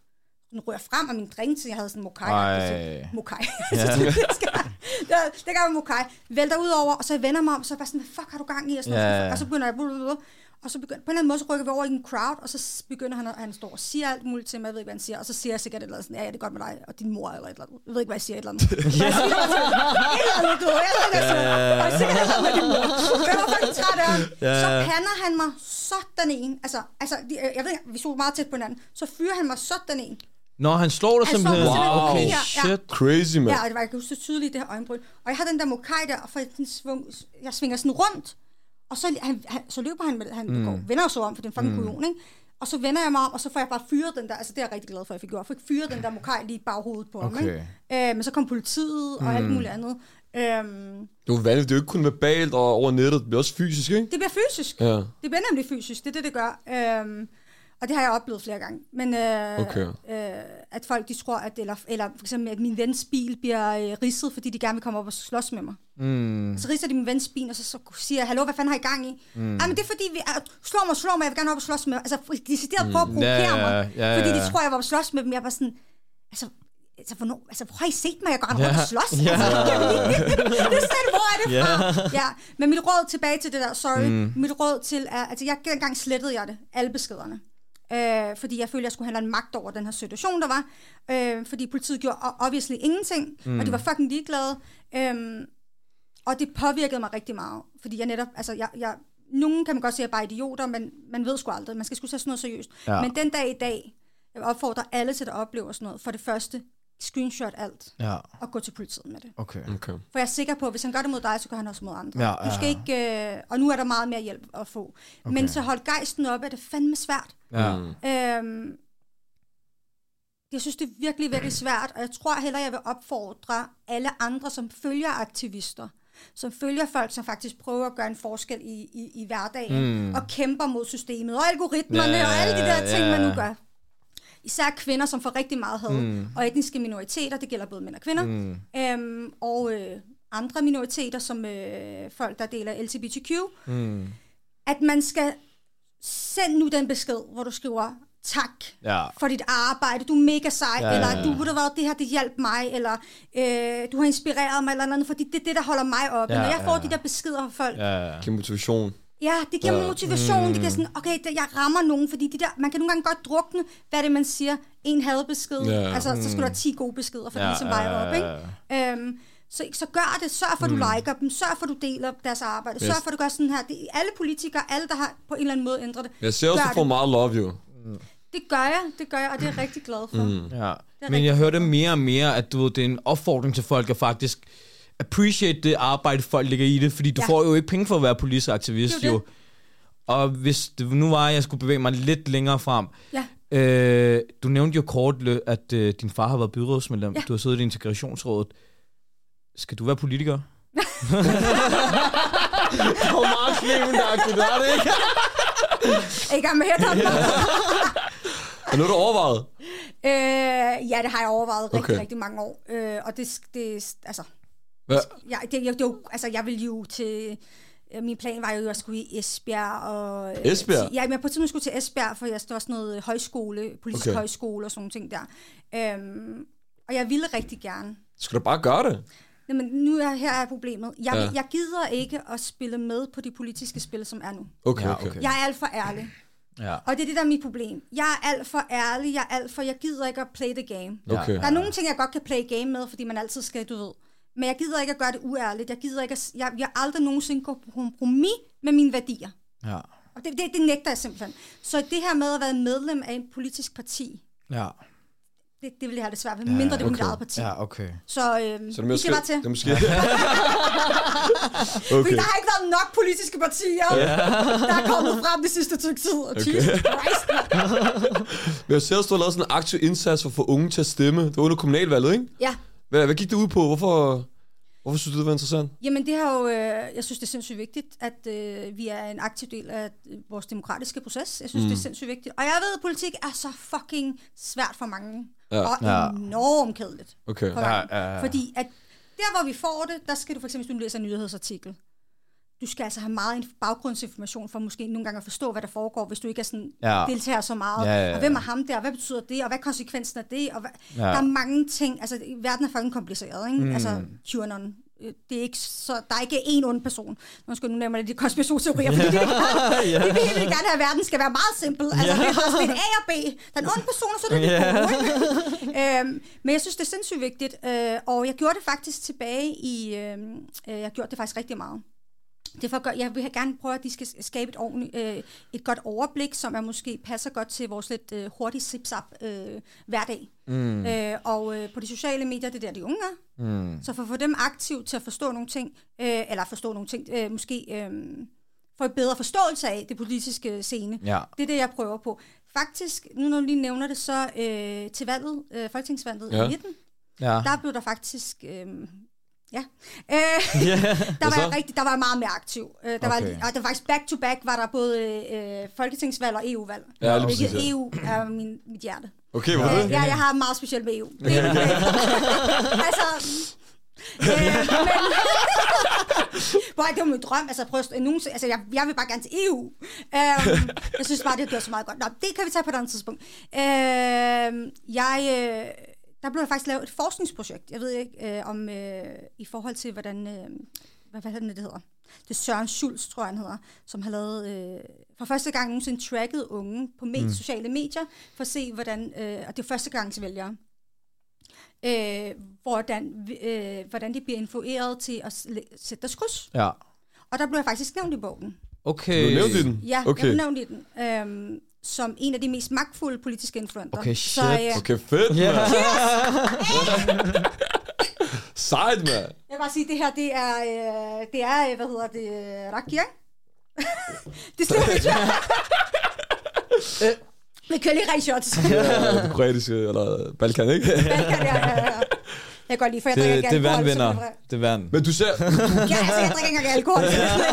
[SPEAKER 4] den rører frem af min drink, så jeg havde sådan en mokai. Mokai.
[SPEAKER 2] Ja.
[SPEAKER 4] det gør jeg mokai. Vælter ud over, og så jeg vender mig om, så er jeg bare sådan, hvad fuck har du gang i? Og, sådan
[SPEAKER 2] ja,
[SPEAKER 4] noget,
[SPEAKER 2] ja.
[SPEAKER 4] og så begynder jeg, og så begynder, på en eller anden måde, så rykker vi over i en crowd, og så begynder han, at han står og siger alt muligt til mig, jeg ved ikke, hvad han siger, og så siger jeg sikkert et eller andet sådan, ja, ja, det er godt med dig, og din mor, eller et eller andet. Jeg ved ikke, hvad jeg siger, et eller andet. Et eller andet, du ved, jeg ved ikke, hvad jeg siger, og jeg siger et eller andet med din mor. Jeg var faktisk træt af ham. Så pander han mig sådan en, altså, altså, jeg ved ikke, vi stod meget tæt på hinanden, så fyrer han mig sådan en.
[SPEAKER 2] Nå, han slår dig simpelthen.
[SPEAKER 3] Wow,
[SPEAKER 2] okay,
[SPEAKER 4] ja,
[SPEAKER 2] shit.
[SPEAKER 3] Crazy, man.
[SPEAKER 4] Ja, og det var, jeg kan huske det tydeligt, det her øjenbryn. Og jeg har den der mokai der, og for jeg, svung, jeg svinger sådan rundt, og så, han, han, så løber han med det, han mm. går, vender så om, for den fucking kujon, ikke? Og så vender jeg mig om, og så får jeg bare fyret den der, altså det er jeg rigtig glad for, at jeg fik gjort, jeg fik fyret den der mokai lige i baghovedet på ham,
[SPEAKER 2] okay.
[SPEAKER 4] ikke? Øh, men så kom politiet og mm. alt muligt andet. Øhm,
[SPEAKER 3] det er jo vanligt, det er jo ikke kun verbalt og over nettet, det bliver også fysisk, ikke?
[SPEAKER 4] Det bliver fysisk.
[SPEAKER 3] Ja.
[SPEAKER 4] Det bliver nemlig fysisk, det er det, det gør. Øhm, og det har jeg oplevet flere gange. Men øh,
[SPEAKER 3] okay.
[SPEAKER 4] øh, at folk, de tror, at, eller, eller for eksempel, at min vens bil bliver øh, ridset, fordi de gerne vil komme op og slås med mig.
[SPEAKER 2] Mm.
[SPEAKER 4] Så ridser de min vens bil, og så, så siger jeg, hallo, hvad fanden har I gang i? Mm. Ej, men det er fordi, vi er, slår mig, slår mig, jeg vil gerne op og slås med mig. Altså, de decideret prøver at provokere
[SPEAKER 2] ja,
[SPEAKER 4] mig,
[SPEAKER 2] ja, ja,
[SPEAKER 4] fordi
[SPEAKER 2] ja.
[SPEAKER 4] de tror, jeg var op og slås med dem. Jeg var sådan, altså, altså, hvornår, altså, hvor har I set mig? Jeg går ja. op og slås.
[SPEAKER 2] Ja.
[SPEAKER 4] Altså, det er sådan, hvor er det fra? Ja. ja. Men mit råd tilbage til det der, sorry, mm. mit råd til er, altså, jeg dengang slettede jeg det, alle beskederne. Øh, fordi jeg følte, jeg skulle have en magt over den her situation, der var. Øh, fordi politiet gjorde obviously ingenting, mm. og de var fucking ligeglade. Øh, og det påvirkede mig rigtig meget. Fordi jeg netop, altså, jeg, jeg, nogen kan man godt sige, at jeg er bare idioter, men man ved sgu aldrig. Man skal sgu tage sådan noget seriøst. Ja. Men den dag i dag, jeg opfordrer alle til at opleve sådan noget. For det første, screenshot alt,
[SPEAKER 2] ja.
[SPEAKER 4] og gå til politiet med det.
[SPEAKER 2] Okay.
[SPEAKER 3] okay.
[SPEAKER 4] For jeg er sikker på, at hvis han gør det mod dig, så gør han også mod andre.
[SPEAKER 2] Ja,
[SPEAKER 4] du skal ikke, øh, og nu er der meget mere hjælp at få. Okay. Men så hold gejsten op, er det fandme svært.
[SPEAKER 2] Ja.
[SPEAKER 4] Øhm, jeg synes, det er virkelig, virkelig svært, og jeg tror heller, jeg vil opfordre alle andre, som følger aktivister, som følger folk, som faktisk prøver at gøre en forskel i, i, i hverdagen, mm. og kæmper mod systemet, og algoritmerne, ja, og alle de der ting, ja. man nu gør. Især kvinder, som får rigtig meget had, mm. og etniske minoriteter, det gælder både mænd og kvinder, mm. øhm, og øh, andre minoriteter, som øh, folk, der deler L G B T Q, mm. at man skal sende nu den besked, hvor du skriver, tak
[SPEAKER 2] ja.
[SPEAKER 4] for dit arbejde, du er mega sej,
[SPEAKER 2] ja,
[SPEAKER 4] eller
[SPEAKER 2] ja, ja.
[SPEAKER 4] du burde have været, det her, det hjalp mig, eller øh, du har inspireret mig, eller noget, fordi det er det, der holder mig oppe. Ja, Når jeg får ja. de der beskeder fra folk,
[SPEAKER 2] ja, ja.
[SPEAKER 3] giver motivation.
[SPEAKER 4] Ja, det giver
[SPEAKER 3] ja.
[SPEAKER 4] motivation,
[SPEAKER 2] mm.
[SPEAKER 4] det giver sådan, okay, det, jeg rammer nogen, fordi de der, man kan nogle gange godt drukne, hvad er det, man siger, en hadbesked,
[SPEAKER 3] ja.
[SPEAKER 4] altså
[SPEAKER 2] mm.
[SPEAKER 4] så skal du have ti gode beskeder, for ja, det ligesom vejer
[SPEAKER 2] ja,
[SPEAKER 4] op, ikke? Ja. Øhm, så, så gør det, sørg for, at du mm. liker dem, sørg for, at du deler deres arbejde, yes. sørg for, at du gør sådan her. Det, alle politikere, alle, der har på en eller anden måde ændret det,
[SPEAKER 3] jeg ser også, du får meget love, jo.
[SPEAKER 4] Mm. Det gør jeg, det gør jeg, og det er jeg rigtig glad for.
[SPEAKER 2] Mm. Ja. Men jeg hørte mere og mere, at du ved, det er en opfordring til folk at faktisk appreciate det arbejde, folk ligger i det, fordi du ja. får jo ikke penge for at være politisk aktivist, det jo. Og hvis det nu var, at jeg skulle bevæge mig lidt længere frem. Ja. Øh, du nævnte jo kort, at øh, din far har været byrådsmedlem. Ja. Du har siddet i integrationsrådet. Skal du være politiker?
[SPEAKER 3] Det var meget slimendagtigt, det er det ikke?
[SPEAKER 4] Er I gang med at hætte ham?
[SPEAKER 3] Er noget, du overvejet?
[SPEAKER 4] Øh, ja, det har jeg overvejet rigtig,
[SPEAKER 3] okay.
[SPEAKER 4] rigtig mange år. Øh, og det, det altså...
[SPEAKER 3] Hvad?
[SPEAKER 4] Jeg, det, jeg, det, altså, jeg ville jo til... Min plan var jo, at jeg skulle i Esbjerg. Og,
[SPEAKER 3] Esbjerg?
[SPEAKER 4] Ja, men jeg på et tidspunkt skulle til Esbjerg, for jeg stod også noget højskole, politisk okay. højskole og sådan nogle ting der. Øhm, og jeg ville rigtig gerne.
[SPEAKER 3] Skal du bare gøre det?
[SPEAKER 4] Jamen, nu er her er problemet. Jeg, ja. jeg gider ikke at spille med på de politiske spil, som er nu.
[SPEAKER 3] Okay, okay. okay.
[SPEAKER 4] Jeg er alt for ærlig.
[SPEAKER 2] Ja.
[SPEAKER 4] Og det er det, der er mit problem. Jeg er alt for ærlig, jeg er alt for... Jeg gider ikke at play the game.
[SPEAKER 3] Okay.
[SPEAKER 4] Der er nogle ting, jeg godt kan play game med, fordi man altid skal, du ved... Men jeg gider ikke at gøre det uærligt. Jeg gider ikke at, jeg, jeg aldrig nogensinde går på kompromis med mine værdier.
[SPEAKER 2] Ja.
[SPEAKER 4] Og det, det, det nægter jeg simpelthen. Så det her med at være medlem af en politisk parti,
[SPEAKER 2] ja.
[SPEAKER 4] det, det vil jeg have det svært ved, mindre ja, det er mit eget parti.
[SPEAKER 2] Ja, okay.
[SPEAKER 4] Så, øhm,
[SPEAKER 3] så det måske,
[SPEAKER 4] bare til.
[SPEAKER 3] Det er måske...
[SPEAKER 4] okay. Fordi der har ikke været nok politiske partier, ja. der er kommet frem de sidste tykke tid. Og okay. Jesus Christ.
[SPEAKER 3] Men jeg ser også, du har lavet sådan en aktiv indsats for at få unge til at stemme. Det var under kommunalvalget, ikke?
[SPEAKER 4] Ja.
[SPEAKER 3] Hvad, hvad gik det ud på? Hvorfor, hvorfor synes du, det var interessant?
[SPEAKER 4] Jamen, det har jo, øh, jeg synes, det er sindssygt vigtigt, at øh, vi er en aktiv del af vores demokratiske proces. Jeg synes, mm. det er sindssygt vigtigt. Og jeg ved, at politik er så fucking svært for mange. Ja. Og
[SPEAKER 2] ja.
[SPEAKER 4] enormt kedeligt.
[SPEAKER 3] Okay.
[SPEAKER 4] For ja, ja, ja. Fordi at der, hvor vi får det, der skal du for eksempel, hvis du læser en nyhedsartikel. du skal altså have meget baggrundsinformation for måske nogle gange at forstå, hvad der foregår, hvis du ikke er sådan,
[SPEAKER 2] ja.
[SPEAKER 4] deltager så meget.
[SPEAKER 2] Ja, ja, ja.
[SPEAKER 4] Og hvem er ham der, og hvad betyder det, og hvad er konsekvensen af det? Og hvad, ja. Der er mange ting, altså verden er fucking kompliceret, ikke? Mm. Altså QAnon. Det er ikke så, der er ikke én ond person. Nu skal nu nævne det de konspirationsteorier, fordi yeah. de, de vil helt gerne have, at verden skal være meget simpel. Altså, yeah. det er bare sådan en A og B. Der er en ond person, og så er det yeah. de øhm, Men jeg synes, det er sindssygt vigtigt. Øh, og jeg gjorde det faktisk tilbage i... Øh, jeg gjorde det faktisk rigtig meget. Derfor gør, jeg vil gerne prøve, at de skal skabe et, ordentligt, øh, et godt overblik, som er måske passer godt til vores lidt øh, hurtige zip-zap øh, hverdag. Mm. Øh, og øh, på de sociale medier, det er der, de unge er. Mm. Så for at få dem aktivt til at forstå nogle ting, øh, eller forstå nogle ting, øh, måske øh, få en bedre forståelse af det politiske scene. Ja. Det er det, jeg prøver på. Faktisk, nu når du lige nævner det, så øh, til valget, øh, folketingsvalget ja. i nitten, ja. der blev der faktisk... Øh, Ja, øh, yeah. der, var jeg rigtig, der var jeg meget mere aktiv. Uh, der, okay. var, og der var faktisk back-to-back, var der både øh, folketingsvalg og E U-valg. Ja, hvilket ja. E U er min, mit hjerte.
[SPEAKER 3] Okay, hvorfor
[SPEAKER 4] uh, det? Ja, jeg har meget specielt med E U. Det, okay. altså... øh, men, boy, det var min drøm. Altså, prøv, nogen, altså jeg, jeg vil bare gerne til E U. Um, jeg synes bare, det har gjort så meget godt. Nå, det kan vi tage på et andet tidspunkt. Uh, jeg... Øh, Der blev faktisk lavet et forskningsprojekt, jeg ved ikke, øh, om øh, i forhold til, hvordan, øh, hvad, hvad det hedder, det er Søren Schultz, tror jeg, han hedder, som har lavet, øh, for første gang nogensinde tracket unge på med- mm. sociale medier, for at se, hvordan, øh, og det er første gang til vælgere, øh, hvordan, øh, hvordan de bliver influeret til at sætte deres kryds. Ja. Og der blev jeg faktisk nævnt i bogen.
[SPEAKER 3] Okay. Du nævnte i den?
[SPEAKER 4] Ja,
[SPEAKER 3] okay.
[SPEAKER 4] jeg nævnte i den. Øhm, som en af de mest magtfulde politiske influenter.
[SPEAKER 2] Okay, shit. Så,
[SPEAKER 3] uh, okay, fedt,
[SPEAKER 2] yeah.
[SPEAKER 3] mand. Sejt, mand.
[SPEAKER 4] Jeg vil bare sige, det her, det er, øh, det er, hvad hedder det, Rakia. Det stemmer ikke. Vi kører lige ren shots.
[SPEAKER 3] Ja, det kroatiske, eller Balkan, ikke?
[SPEAKER 4] Balkan, ja, ja, ja. Jeg kan godt lide, for jeg
[SPEAKER 2] det,
[SPEAKER 4] drikker ikke alkohol.
[SPEAKER 2] Det er vand, venner. Det er vand.
[SPEAKER 3] Men du ser...
[SPEAKER 4] ja, altså, jeg drikker ikke engang alkohol.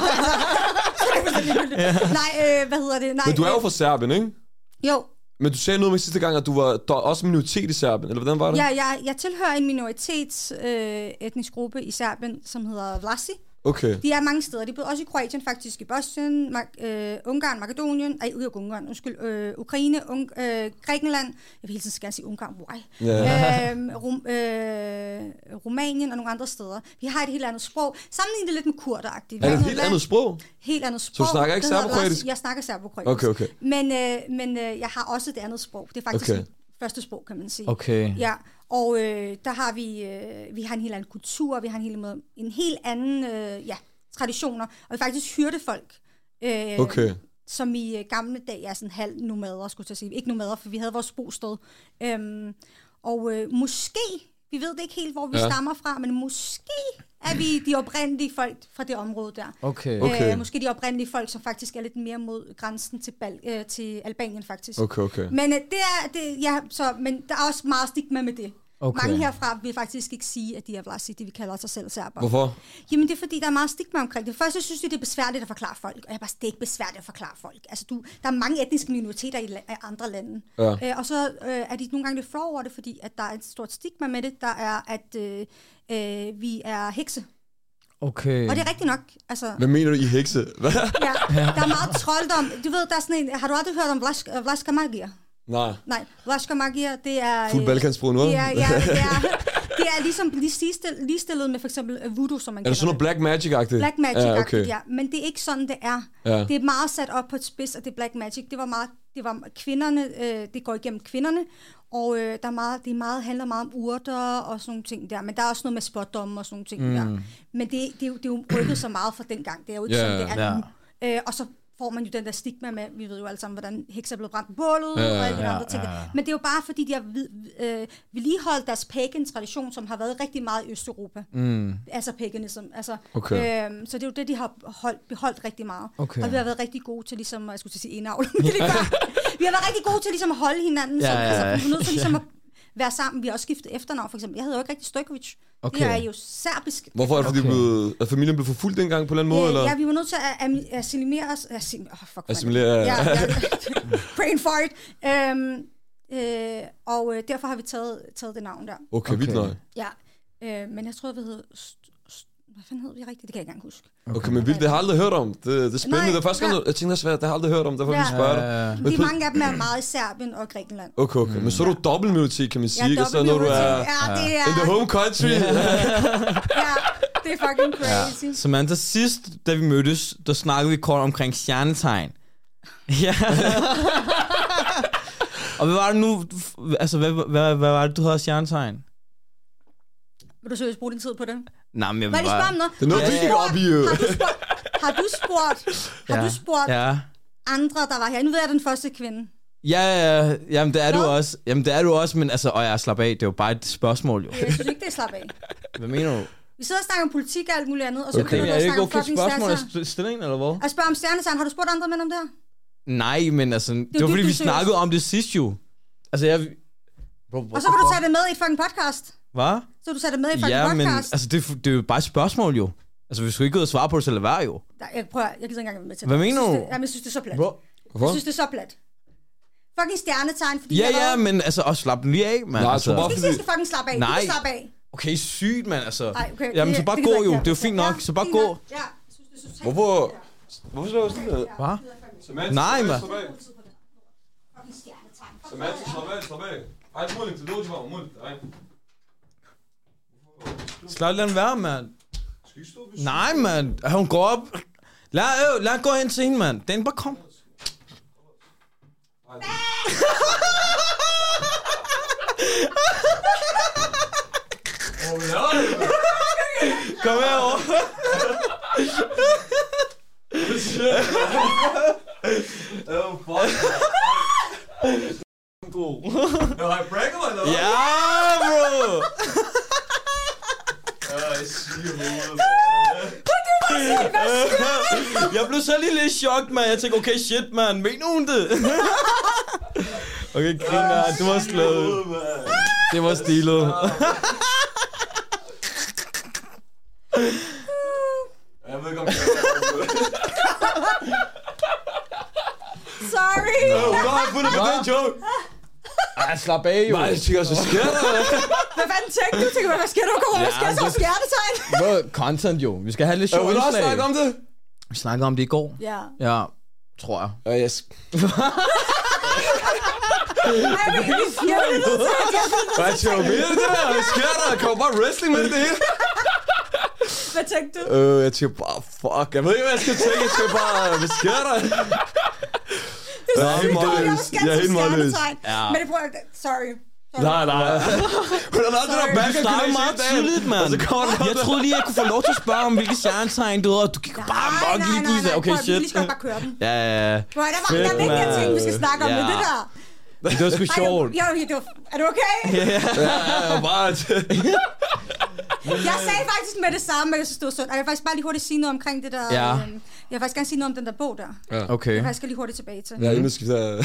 [SPEAKER 4] Nej, øh, hvad hedder det? Nej,
[SPEAKER 3] Men du er jo fra Serbien, ikke?
[SPEAKER 4] Jo.
[SPEAKER 3] Men du sagde noget med sidste gang, at du var der også en minoritet i Serbien, eller hvordan var det?
[SPEAKER 4] Ja, jeg, jeg tilhører en minoritets øh, etnisk gruppe i Serbien, som hedder Vlasi.
[SPEAKER 3] Okay.
[SPEAKER 4] De er mange steder. De er også i Kroatien, faktisk i Bosnien, Mag- øh, Ungarn, Makedonien, ej, ud Ungarn, undskyld, øh, Ukraine, Un- øh, Grækenland, jeg vil hele tiden gerne sige Ungarn, why? Yeah. Øh, Rum- øh, Rumænien og nogle andre steder. Vi har et helt andet sprog. Sammenlignet lidt med kurderagtigt.
[SPEAKER 3] Er det et helt andet sprog?
[SPEAKER 4] Helt andet sprog.
[SPEAKER 3] Så du snakker ikke serbokroatisk?
[SPEAKER 4] Jeg snakker serbokroatisk.
[SPEAKER 3] Okay, okay.
[SPEAKER 4] Men, øh, men øh, jeg har også det andet sprog. Det er faktisk
[SPEAKER 3] okay.
[SPEAKER 4] første sprog, kan man sige.
[SPEAKER 2] Okay.
[SPEAKER 4] Ja, og øh, der har vi, øh, vi har en helt anden kultur, vi har en helt, måde, en helt anden, øh, ja, traditioner, og vi faktisk hyrde folk, øh,
[SPEAKER 3] okay.
[SPEAKER 4] som i øh, gamle dage er sådan halv nomader, skulle jeg sige. Ikke nomader, for vi havde vores bosted. Øhm, og øh, måske, vi ved det ikke helt, hvor vi ja. stammer fra, men måske er vi de oprindelige folk fra det område der.
[SPEAKER 2] Okay.
[SPEAKER 3] okay.
[SPEAKER 4] Øh, måske de oprindelige folk, som faktisk er lidt mere mod grænsen til, Bal- øh, til Albanien, faktisk.
[SPEAKER 3] Okay, okay.
[SPEAKER 4] Men øh, det er, det, ja, så, men der er også meget stigma med det.
[SPEAKER 2] Okay.
[SPEAKER 4] Mange herfra vil faktisk ikke sige, at de er Vlasi, de vil kalde sig selv serber.
[SPEAKER 3] Hvorfor?
[SPEAKER 4] Jamen det er fordi, der er meget stigma omkring det. Først så synes de, det er besværligt at forklare folk, og jeg bare, det er ikke besværligt at forklare folk. Altså, du, der er mange etniske minoriteter i la- andre lande. Ja. Øh, og så øh, er de nogle gange lidt flove over det, fordi at der er et stort stigma med det, der er, at øh, øh, vi er hekse.
[SPEAKER 2] Okay.
[SPEAKER 4] Og det er rigtigt nok. Altså,
[SPEAKER 3] hvad mener du i hekse? Hvad?
[SPEAKER 4] Ja, der er meget trolddom. Du ved, der er sådan en, har du aldrig hørt om Vlaska, Vlaska Magia?
[SPEAKER 3] Nej.
[SPEAKER 4] Nej, Vlaska Magia, det er...
[SPEAKER 3] Fuld balkansprog nu?
[SPEAKER 4] Det er, ja, det er, det er ligesom ligestillet, ligestillet med for eksempel voodoo, som man
[SPEAKER 3] er det sådan noget Black Magic-agtigt?
[SPEAKER 4] Black Magic-agtigt,
[SPEAKER 3] ja, okay.
[SPEAKER 4] ja. Men det er ikke sådan, det er.
[SPEAKER 3] Ja.
[SPEAKER 4] Det er meget sat op på et spids, og det er Black Magic. Det var meget, det var kvinderne, øh, det går igennem kvinderne, og øh, der er meget, det er meget, handler meget om urter og sådan nogle ting der. Men der er også noget med spådomme og sådan nogle ting mm. der. Men det, det, er jo, det er jo rykket så meget fra den gang. Det er jo ikke yeah, sådan, det er yeah. nu. Øh, og så får man jo den der stigma med, vi ved jo alle sammen, hvordan hekser er blevet brændt på bålet, ja, og alle de ja, andre ting. Ja, ja. Men det er jo bare, fordi de har øh, vedligeholdt deres pagan-tradition, som har været rigtig meget i Østeuropa. Mm. Altså paganism. Altså, okay. øh, så det er jo det, de har holdt, beholdt rigtig meget. Okay. Og vi har været rigtig gode til ligesom, jeg skulle til at sige indavl, vi har været rigtig gode til ligesom at holde hinanden, ja, så, ja, ja. Altså, vi er nødt til ligesom at være sammen. Vi har også skiftet efternavn, for eksempel. Jeg hedder jo ikke rigtig Stojkovic. Okay. Det er jo serbisk.
[SPEAKER 3] Hvorfor er det, fordi okay. er familien blev forfulgt dengang på en eller anden måde?
[SPEAKER 4] Ja,
[SPEAKER 3] eller?
[SPEAKER 4] ja, vi var nødt til at assimilere os. Assim- oh, fuck,
[SPEAKER 3] assimilere, ja.
[SPEAKER 4] ja, ja. Brain fart. Øhm, øh, og øh, derfor har vi taget, taget det navn der.
[SPEAKER 3] Okay, vildt nok.
[SPEAKER 4] Ja, øh, men jeg tror, det hedder... St- st- Hvad fanden hed vi rigtigt? Det kan jeg ikke engang huske.
[SPEAKER 3] Okay, okay men vildt, det har jeg aldrig hørt om. Det, det er spændende. Nej, det er første gang, ja. jeg tænkte også, det har jeg aldrig hørt om. Derfor vil ja. vi spørge dig.
[SPEAKER 4] Ja. De mange af dem er meget i Serbien og Grækenland.
[SPEAKER 3] Okay, okay. Mm. Men så er du dobbeltminoritet, kan man sige.
[SPEAKER 4] Ja,
[SPEAKER 3] så når du er
[SPEAKER 4] ja, det er
[SPEAKER 3] in the home country.
[SPEAKER 4] ja, det er fucking crazy. Ja.
[SPEAKER 2] Samantha, sidst, da vi mødtes, der snakkede vi kort omkring stjernetegn. Ja. Og hvad var det nu? Altså, hvad, hvad, hvad var det, du havde stjernetegn?
[SPEAKER 4] Vil du seriøst bruge din tid på det?
[SPEAKER 2] Nej, men jeg
[SPEAKER 4] vil bare... Noget?
[SPEAKER 3] Det er noget, vi gik op i.
[SPEAKER 4] Har du spurgt, har
[SPEAKER 2] ja.
[SPEAKER 4] du spurgt
[SPEAKER 2] ja.
[SPEAKER 4] andre, der var her? Nu ved jeg, den første kvinde.
[SPEAKER 2] Ja, ja, jamen det er Nå? du også. Jamen det er du også, men altså, og jeg slap af. Det er jo bare et spørgsmål, jo.
[SPEAKER 4] Jeg synes ikke, det er slap af.
[SPEAKER 2] Hvad mener du?
[SPEAKER 4] Vi sidder og snakker om politik og alt muligt andet, og så
[SPEAKER 2] okay,
[SPEAKER 4] begynder
[SPEAKER 2] du
[SPEAKER 4] at snakke
[SPEAKER 2] okay
[SPEAKER 4] om fucking stjernetegn.
[SPEAKER 2] Spørgsmål er stillingen, eller hvad?
[SPEAKER 4] Jeg spørger om stjernetegn. Har du spurgt andre mænd om det her?
[SPEAKER 2] Nej, men altså, det, det var
[SPEAKER 4] dybt,
[SPEAKER 2] fordi, vi snakkede om det sidst jo. Altså, jeg...
[SPEAKER 4] Bro, bro, og så vil du tage det med i et fucking podcast?
[SPEAKER 2] Hvad?
[SPEAKER 4] Så vil du tage det med i et fucking
[SPEAKER 2] ja,
[SPEAKER 4] podcast?
[SPEAKER 2] Ja, men altså, det, det er jo bare et spørgsmål jo. Altså, vi skal ikke gå ud og svare på det, så lad være jo.
[SPEAKER 4] Nej, jeg prøver, jeg gider ikke engang være med til det.
[SPEAKER 2] Hvad mener du?
[SPEAKER 4] Jamen, jeg synes, det er så plat.
[SPEAKER 2] Bro.
[SPEAKER 4] Jeg synes, det er så plat. Fucking stjernetegn, fordi
[SPEAKER 2] ja, ja, men altså, også slap den lige af, mand.
[SPEAKER 3] Nej,
[SPEAKER 2] altså.
[SPEAKER 3] jeg
[SPEAKER 4] skal ikke sige, at jeg skal fucking slappe af.
[SPEAKER 2] Nej.
[SPEAKER 4] Du kan slappe af.
[SPEAKER 2] Okay, sygt, mand, altså.
[SPEAKER 4] Nej, okay.
[SPEAKER 2] Jamen, så bare gå jo. Det er jo fint nok. Så bare gå.
[SPEAKER 4] Ja, jeg synes, det er så
[SPEAKER 3] Hvorfor? Hvorfor slår jeg sådan der?
[SPEAKER 2] Hvad? Nej, mand.
[SPEAKER 3] Samantha, slap af, slap af. Ej, måling til det, var måling. Ej.
[SPEAKER 2] Slap den være, mand. Nej, mand. Hun går op. Lad, øh, lad gå ind til hende, mand. Den bare kom. Kom herover.
[SPEAKER 3] Oh, fuck. Nå, har jeg breaket mig, eller hvad?
[SPEAKER 2] Ja, bro.
[SPEAKER 3] Jeg siger hovedet.
[SPEAKER 2] Jeg blev så lige lidt chok, man. Jeg tænkte, okay, shit, man. Mener hun det? Okay, griner. Det var slået. Det var stilet.
[SPEAKER 3] Jeg ved ikke, om jeg
[SPEAKER 4] Sorry.
[SPEAKER 3] Nå, hvor har jeg fundet på den joke?
[SPEAKER 2] Ej, slap af, jo.
[SPEAKER 3] Nej, jeg tænker, så sker der.
[SPEAKER 4] Hvad fanden tænkte du? Tænker, hvad sker der? Kommer der sker så stjernetegn?
[SPEAKER 2] Hvad? Content, jo. Vi skal have lidt sjovt
[SPEAKER 3] indslag. Vil du også snakke om det?
[SPEAKER 2] Vi snakkede om det i går.
[SPEAKER 4] Ja.
[SPEAKER 2] Ja, tror jeg.
[SPEAKER 3] Ja, yes.
[SPEAKER 4] Ej, men vi siger det nu til.
[SPEAKER 3] Hvad tænker du med det der? Hvad sker der? Der kommer bare wrestling med det hele.
[SPEAKER 4] Hvad tænkte du?
[SPEAKER 3] Øh, jeg tænker bare, fuck. Jeg ved ikke, hvad jeg skal tænke. Jeg tænker bare, hvad sker der?
[SPEAKER 4] Det er
[SPEAKER 3] helt
[SPEAKER 4] sygt,
[SPEAKER 3] målløs.
[SPEAKER 4] jeg var skat
[SPEAKER 3] Jeg er helt
[SPEAKER 4] til
[SPEAKER 3] målløs.
[SPEAKER 4] stjernetegn.
[SPEAKER 2] Ja.
[SPEAKER 4] Men det prøver jeg... Sorry.
[SPEAKER 3] Nej, nej. Hun har lavet det der back
[SPEAKER 2] Du snakker meget tydeligt, mand. Jeg troede lige, jeg kunne få lov til at spørge om, hvilke stjernetegn du havde. Du gik bare mok lige pludselig. Okay, shit.
[SPEAKER 4] Vi skal bare køre den.
[SPEAKER 2] Ja, ja, ja.
[SPEAKER 4] Der var der vigtige ting, vi skal snakke om med det der.
[SPEAKER 2] Det var sgu sjovt.
[SPEAKER 4] Jo, er du okay?
[SPEAKER 3] Ja, ja, bare...
[SPEAKER 4] Jeg sagde faktisk med det samme, at jeg synes, det var sundt. Og jeg vil faktisk bare lige hurtigt sige noget omkring det der...
[SPEAKER 2] Ja.
[SPEAKER 4] Jeg vil faktisk gerne sige noget om den der bog der.
[SPEAKER 3] Ja.
[SPEAKER 2] Okay.
[SPEAKER 4] Jeg vil faktisk lige hurtigt tilbage til.
[SPEAKER 3] Ja, inden skal vi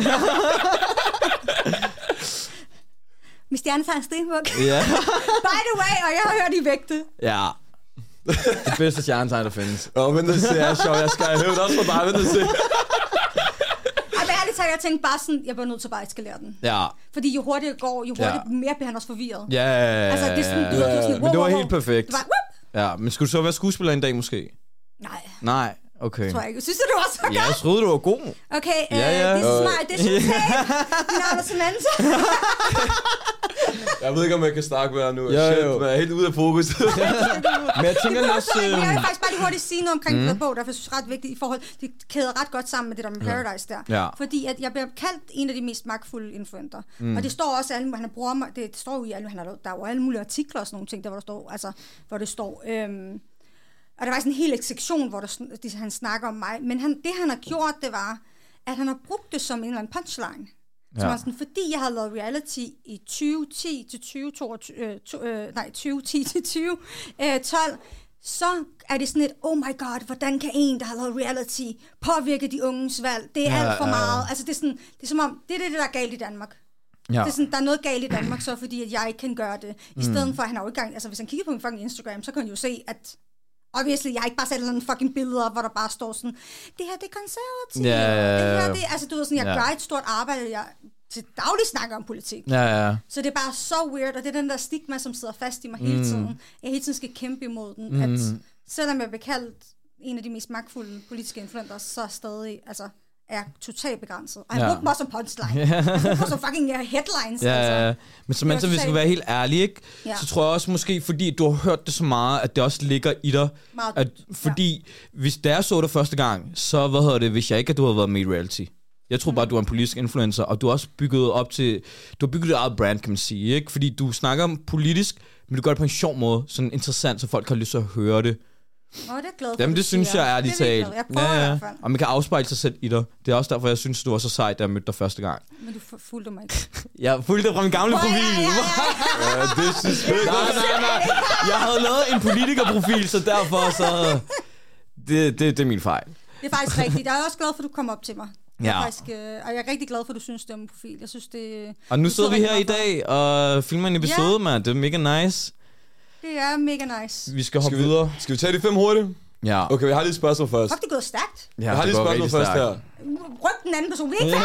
[SPEAKER 4] Min stjernetegn Stenbuk.
[SPEAKER 2] Ja.
[SPEAKER 4] By the way, og jeg har hørt I vægte.
[SPEAKER 2] Ja. Det bedste stjernetegn, der findes.
[SPEAKER 3] Åh, oh, vent og se, jeg sjov. Jeg skal have hørt også fra dig, vent og se.
[SPEAKER 4] Ej, men ærligt talt, jeg tænkte bare sådan, jeg bliver nødt til bare at eskalere den.
[SPEAKER 2] Ja.
[SPEAKER 4] Fordi jo hurtigere det går, jo hurtigere
[SPEAKER 2] Ja.
[SPEAKER 4] mere bliver han også forvirret.
[SPEAKER 2] Ja,
[SPEAKER 4] Altså, det er sådan, du,
[SPEAKER 2] ja,
[SPEAKER 4] du, sådan,
[SPEAKER 2] men det var
[SPEAKER 4] wow,
[SPEAKER 2] helt perfekt.
[SPEAKER 4] Det var, whoop.
[SPEAKER 2] Ja, men skulle du så være skuespiller en dag måske?
[SPEAKER 4] Nej,
[SPEAKER 2] Nej, okay.
[SPEAKER 4] tror jeg ikke. Synes du, det var så godt?
[SPEAKER 2] Ja, jeg troede, du var god.
[SPEAKER 4] Okay, uh,
[SPEAKER 2] Ja, ja.
[SPEAKER 4] this is my addition tape. Min navn er Samantha.
[SPEAKER 3] Jeg ved ikke, om jeg kan snakke med jer nu.
[SPEAKER 2] Jo,
[SPEAKER 3] Shit,
[SPEAKER 2] jo.
[SPEAKER 3] man er helt ude af fokus.
[SPEAKER 2] Men jeg tænker også...
[SPEAKER 4] Men jeg vil
[SPEAKER 2] Øh...
[SPEAKER 4] faktisk bare lige hurtigt sige noget omkring mm. den der bog, der jeg synes er ret vigtigt i forhold... Det kæder ret godt sammen med det der med Paradise der.
[SPEAKER 2] Ja.
[SPEAKER 4] Fordi at jeg bliver kaldt en af de mest magtfulde influenter. Mm. Og det står også, alle, han bruger mig, det står jo i alle, han har, der er jo alle mulige artikler og sådan nogle ting, der hvor der står, altså, hvor det står... Øhm, og der var sådan en hel sektion, hvor der, det, han snakker om mig. Men han, det han har gjort, det var, at han har brugt det som en eller anden punchline. Ja. Så var sådan, fordi jeg havde lavet reality i tyve ti til tyve toogtyve, øh, to, øh, nej, tyve ti til tyve tolv, så er det sådan et, oh my god, hvordan kan en, der har lavet reality, påvirke de unges valg? Det er ja, alt for meget. Ja. Altså, det er, sådan, det er som om, det er det, der er galt i Danmark. Ja. Det er sådan, der er noget galt i Danmark, så fordi at jeg ikke kan gøre det. I stedet mm. for, at han har jo ikke gang, altså hvis han kigger på min fucking Instagram, så kan han jo se, at obviously, jeg har ikke bare sat en fucking billeder, hvor der bare står sådan, det her, det er konservativt.
[SPEAKER 2] Ja, ja, ja.
[SPEAKER 4] Det her, det, altså du ved sådan, jeg ja. gør et stort arbejde, jeg til daglig snakker om politik.
[SPEAKER 2] Ja, ja.
[SPEAKER 4] Så det er bare så weird, og det er den der stigma, som sidder fast i mig hele tiden. Mm. Jeg hele tiden skal kæmpe imod den, mm. at selvom jeg bliver kaldt en af de mest magtfulde politiske influencer, så er stadig, altså, er totalt begrænset. Og jeg brugte mig også som punchline. Jeg brugte mig som fucking headlines.
[SPEAKER 2] Ja,
[SPEAKER 4] altså.
[SPEAKER 2] ja. Men så, man, så hvis vi skal være helt ærlig, ikke? Ja. Så tror jeg også måske, fordi du har hørt det så meget, at det også ligger i dig.
[SPEAKER 4] Meget,
[SPEAKER 2] at, fordi ja. hvis der så det første gang, så hvad hedder det, hvis jeg ikke, at du havde været med i reality. Jeg tror bare, at du er en politisk influencer, og du har også bygget op til, du har bygget dit eget brand, kan man sige, ikke? Fordi du snakker om politisk, men du gør det på en sjov måde, sådan interessant, så folk har lyst til at høre det.
[SPEAKER 4] Åh, det er glad for,
[SPEAKER 2] Jamen, det synes jeg er ærligt talt.
[SPEAKER 4] Jeg prøver ja, ja. i hvert fald.
[SPEAKER 2] Og man kan afspejle sig selv i dig. Det er også derfor, jeg synes, du var så sej, da jeg mødte dig første gang.
[SPEAKER 4] Men du fulgte mig ikke.
[SPEAKER 2] Jeg fulgte dig fra min gamle profil.
[SPEAKER 3] Ja, det synes jeg.
[SPEAKER 2] Nej, nej, nej. Jeg havde lavet en politikerprofil, så derfor så... Det, det, det er min fejl.
[SPEAKER 4] Det er faktisk rigtigt. Jeg er også glad for, at du kom op til mig. Jeg er
[SPEAKER 2] ja.
[SPEAKER 4] faktisk, øh, og jeg er rigtig glad for, at du synes, det er min profil. Jeg synes, det...
[SPEAKER 2] Og nu sidder vi her i dag og filmer en episode, ja. mand. Det er mega nice.
[SPEAKER 4] Det er mega nice.
[SPEAKER 2] Vi skal hoppe
[SPEAKER 3] skal vi,
[SPEAKER 2] videre.
[SPEAKER 3] Skal vi tage de fem hurtigt?
[SPEAKER 2] Ja.
[SPEAKER 3] Okay, vi har lige et spørgsmål først.
[SPEAKER 4] Fuck, det er gået stærkt.
[SPEAKER 2] Ja,
[SPEAKER 3] jeg har lige et spørgsmål først her.
[SPEAKER 4] Ryk den anden person. Vi er ikke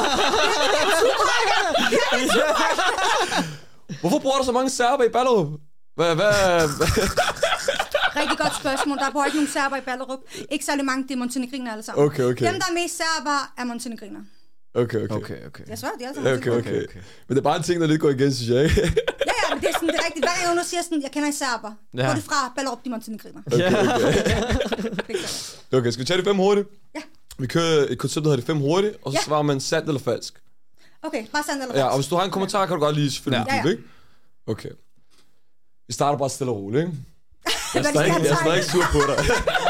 [SPEAKER 4] færdige.
[SPEAKER 3] Hvorfor bruger du så mange serber i Ballerup? Hvad, hvad,
[SPEAKER 4] Rigtig godt spørgsmål. Der bor ikke nogen serber i Ballerup. Ikke særlig mange, det er montenegriner alle sammen.
[SPEAKER 3] Okay, okay.
[SPEAKER 4] Dem, der er mest serber, er montenegriner.
[SPEAKER 3] Okay, okay.
[SPEAKER 2] Okay, okay.
[SPEAKER 4] Jeg svarer, de er alle sammen
[SPEAKER 3] okay, okay, okay. Men det er bare en ting, der lidt går igen, synes jeg, ikke?
[SPEAKER 4] Ja, ja, men det er sådan, det er rigtigt. Hver gang jeg nu siger sådan, jeg kender en serber. Ja. Hvor er det fra? Ballerup, de montenegriner.
[SPEAKER 3] Okay, okay. Okay, skal vi tage de fem hurtigt?
[SPEAKER 4] Ja.
[SPEAKER 3] Vi kører et koncept, der hedder de fem hurtigt, og så ja. svarer man sandt eller falsk.
[SPEAKER 4] Okay, bare sandt eller falsk.
[SPEAKER 3] Ja, og hvis du har en kommentar, kan du godt lige selvfølgelig
[SPEAKER 4] ja.
[SPEAKER 3] ja, ja. Ikke? Okay. Vi starter bare stille og roligt, ikke? Jeg er stadig, jeg er stadig ikke sur på dig.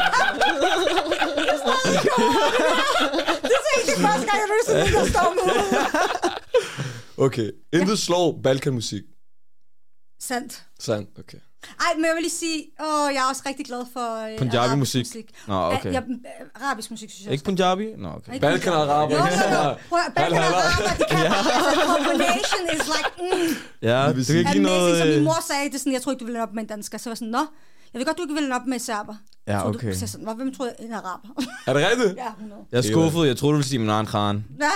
[SPEAKER 4] Det er ikke det første gang, jeg løser det, der står med.
[SPEAKER 3] Okay. Intet slår Balkan-musik.
[SPEAKER 4] Sandt.
[SPEAKER 3] Sandt, okay.
[SPEAKER 4] Ej, men jeg vil lige sige, åh, jeg er også rigtig glad for uh,
[SPEAKER 2] Punjabi musik. musik. Nå, okay.
[SPEAKER 4] Ja, arabisk musik, synes jeg.
[SPEAKER 2] Ikke Punjabi? Nå, okay.
[SPEAKER 3] Balkan og araber.
[SPEAKER 4] Nå, nå, nå. Balkan og araber, de kan bare, combination is like, mm.
[SPEAKER 2] Ja, det kan ikke lige noget...
[SPEAKER 4] Som min mor sagde, det er sådan, jeg tror ikke, du vil op med en dansker. Så var sådan, nå, jeg ved godt, du ikke vil op med serber.
[SPEAKER 2] Ja, okay.
[SPEAKER 4] Så sådan, hvem tror jeg, en araber?
[SPEAKER 3] Er det rigtigt?
[SPEAKER 4] Ja, hundrede.
[SPEAKER 2] Jeg er skuffet, jeg troede, du ville sige Imran Khan.
[SPEAKER 4] Nej.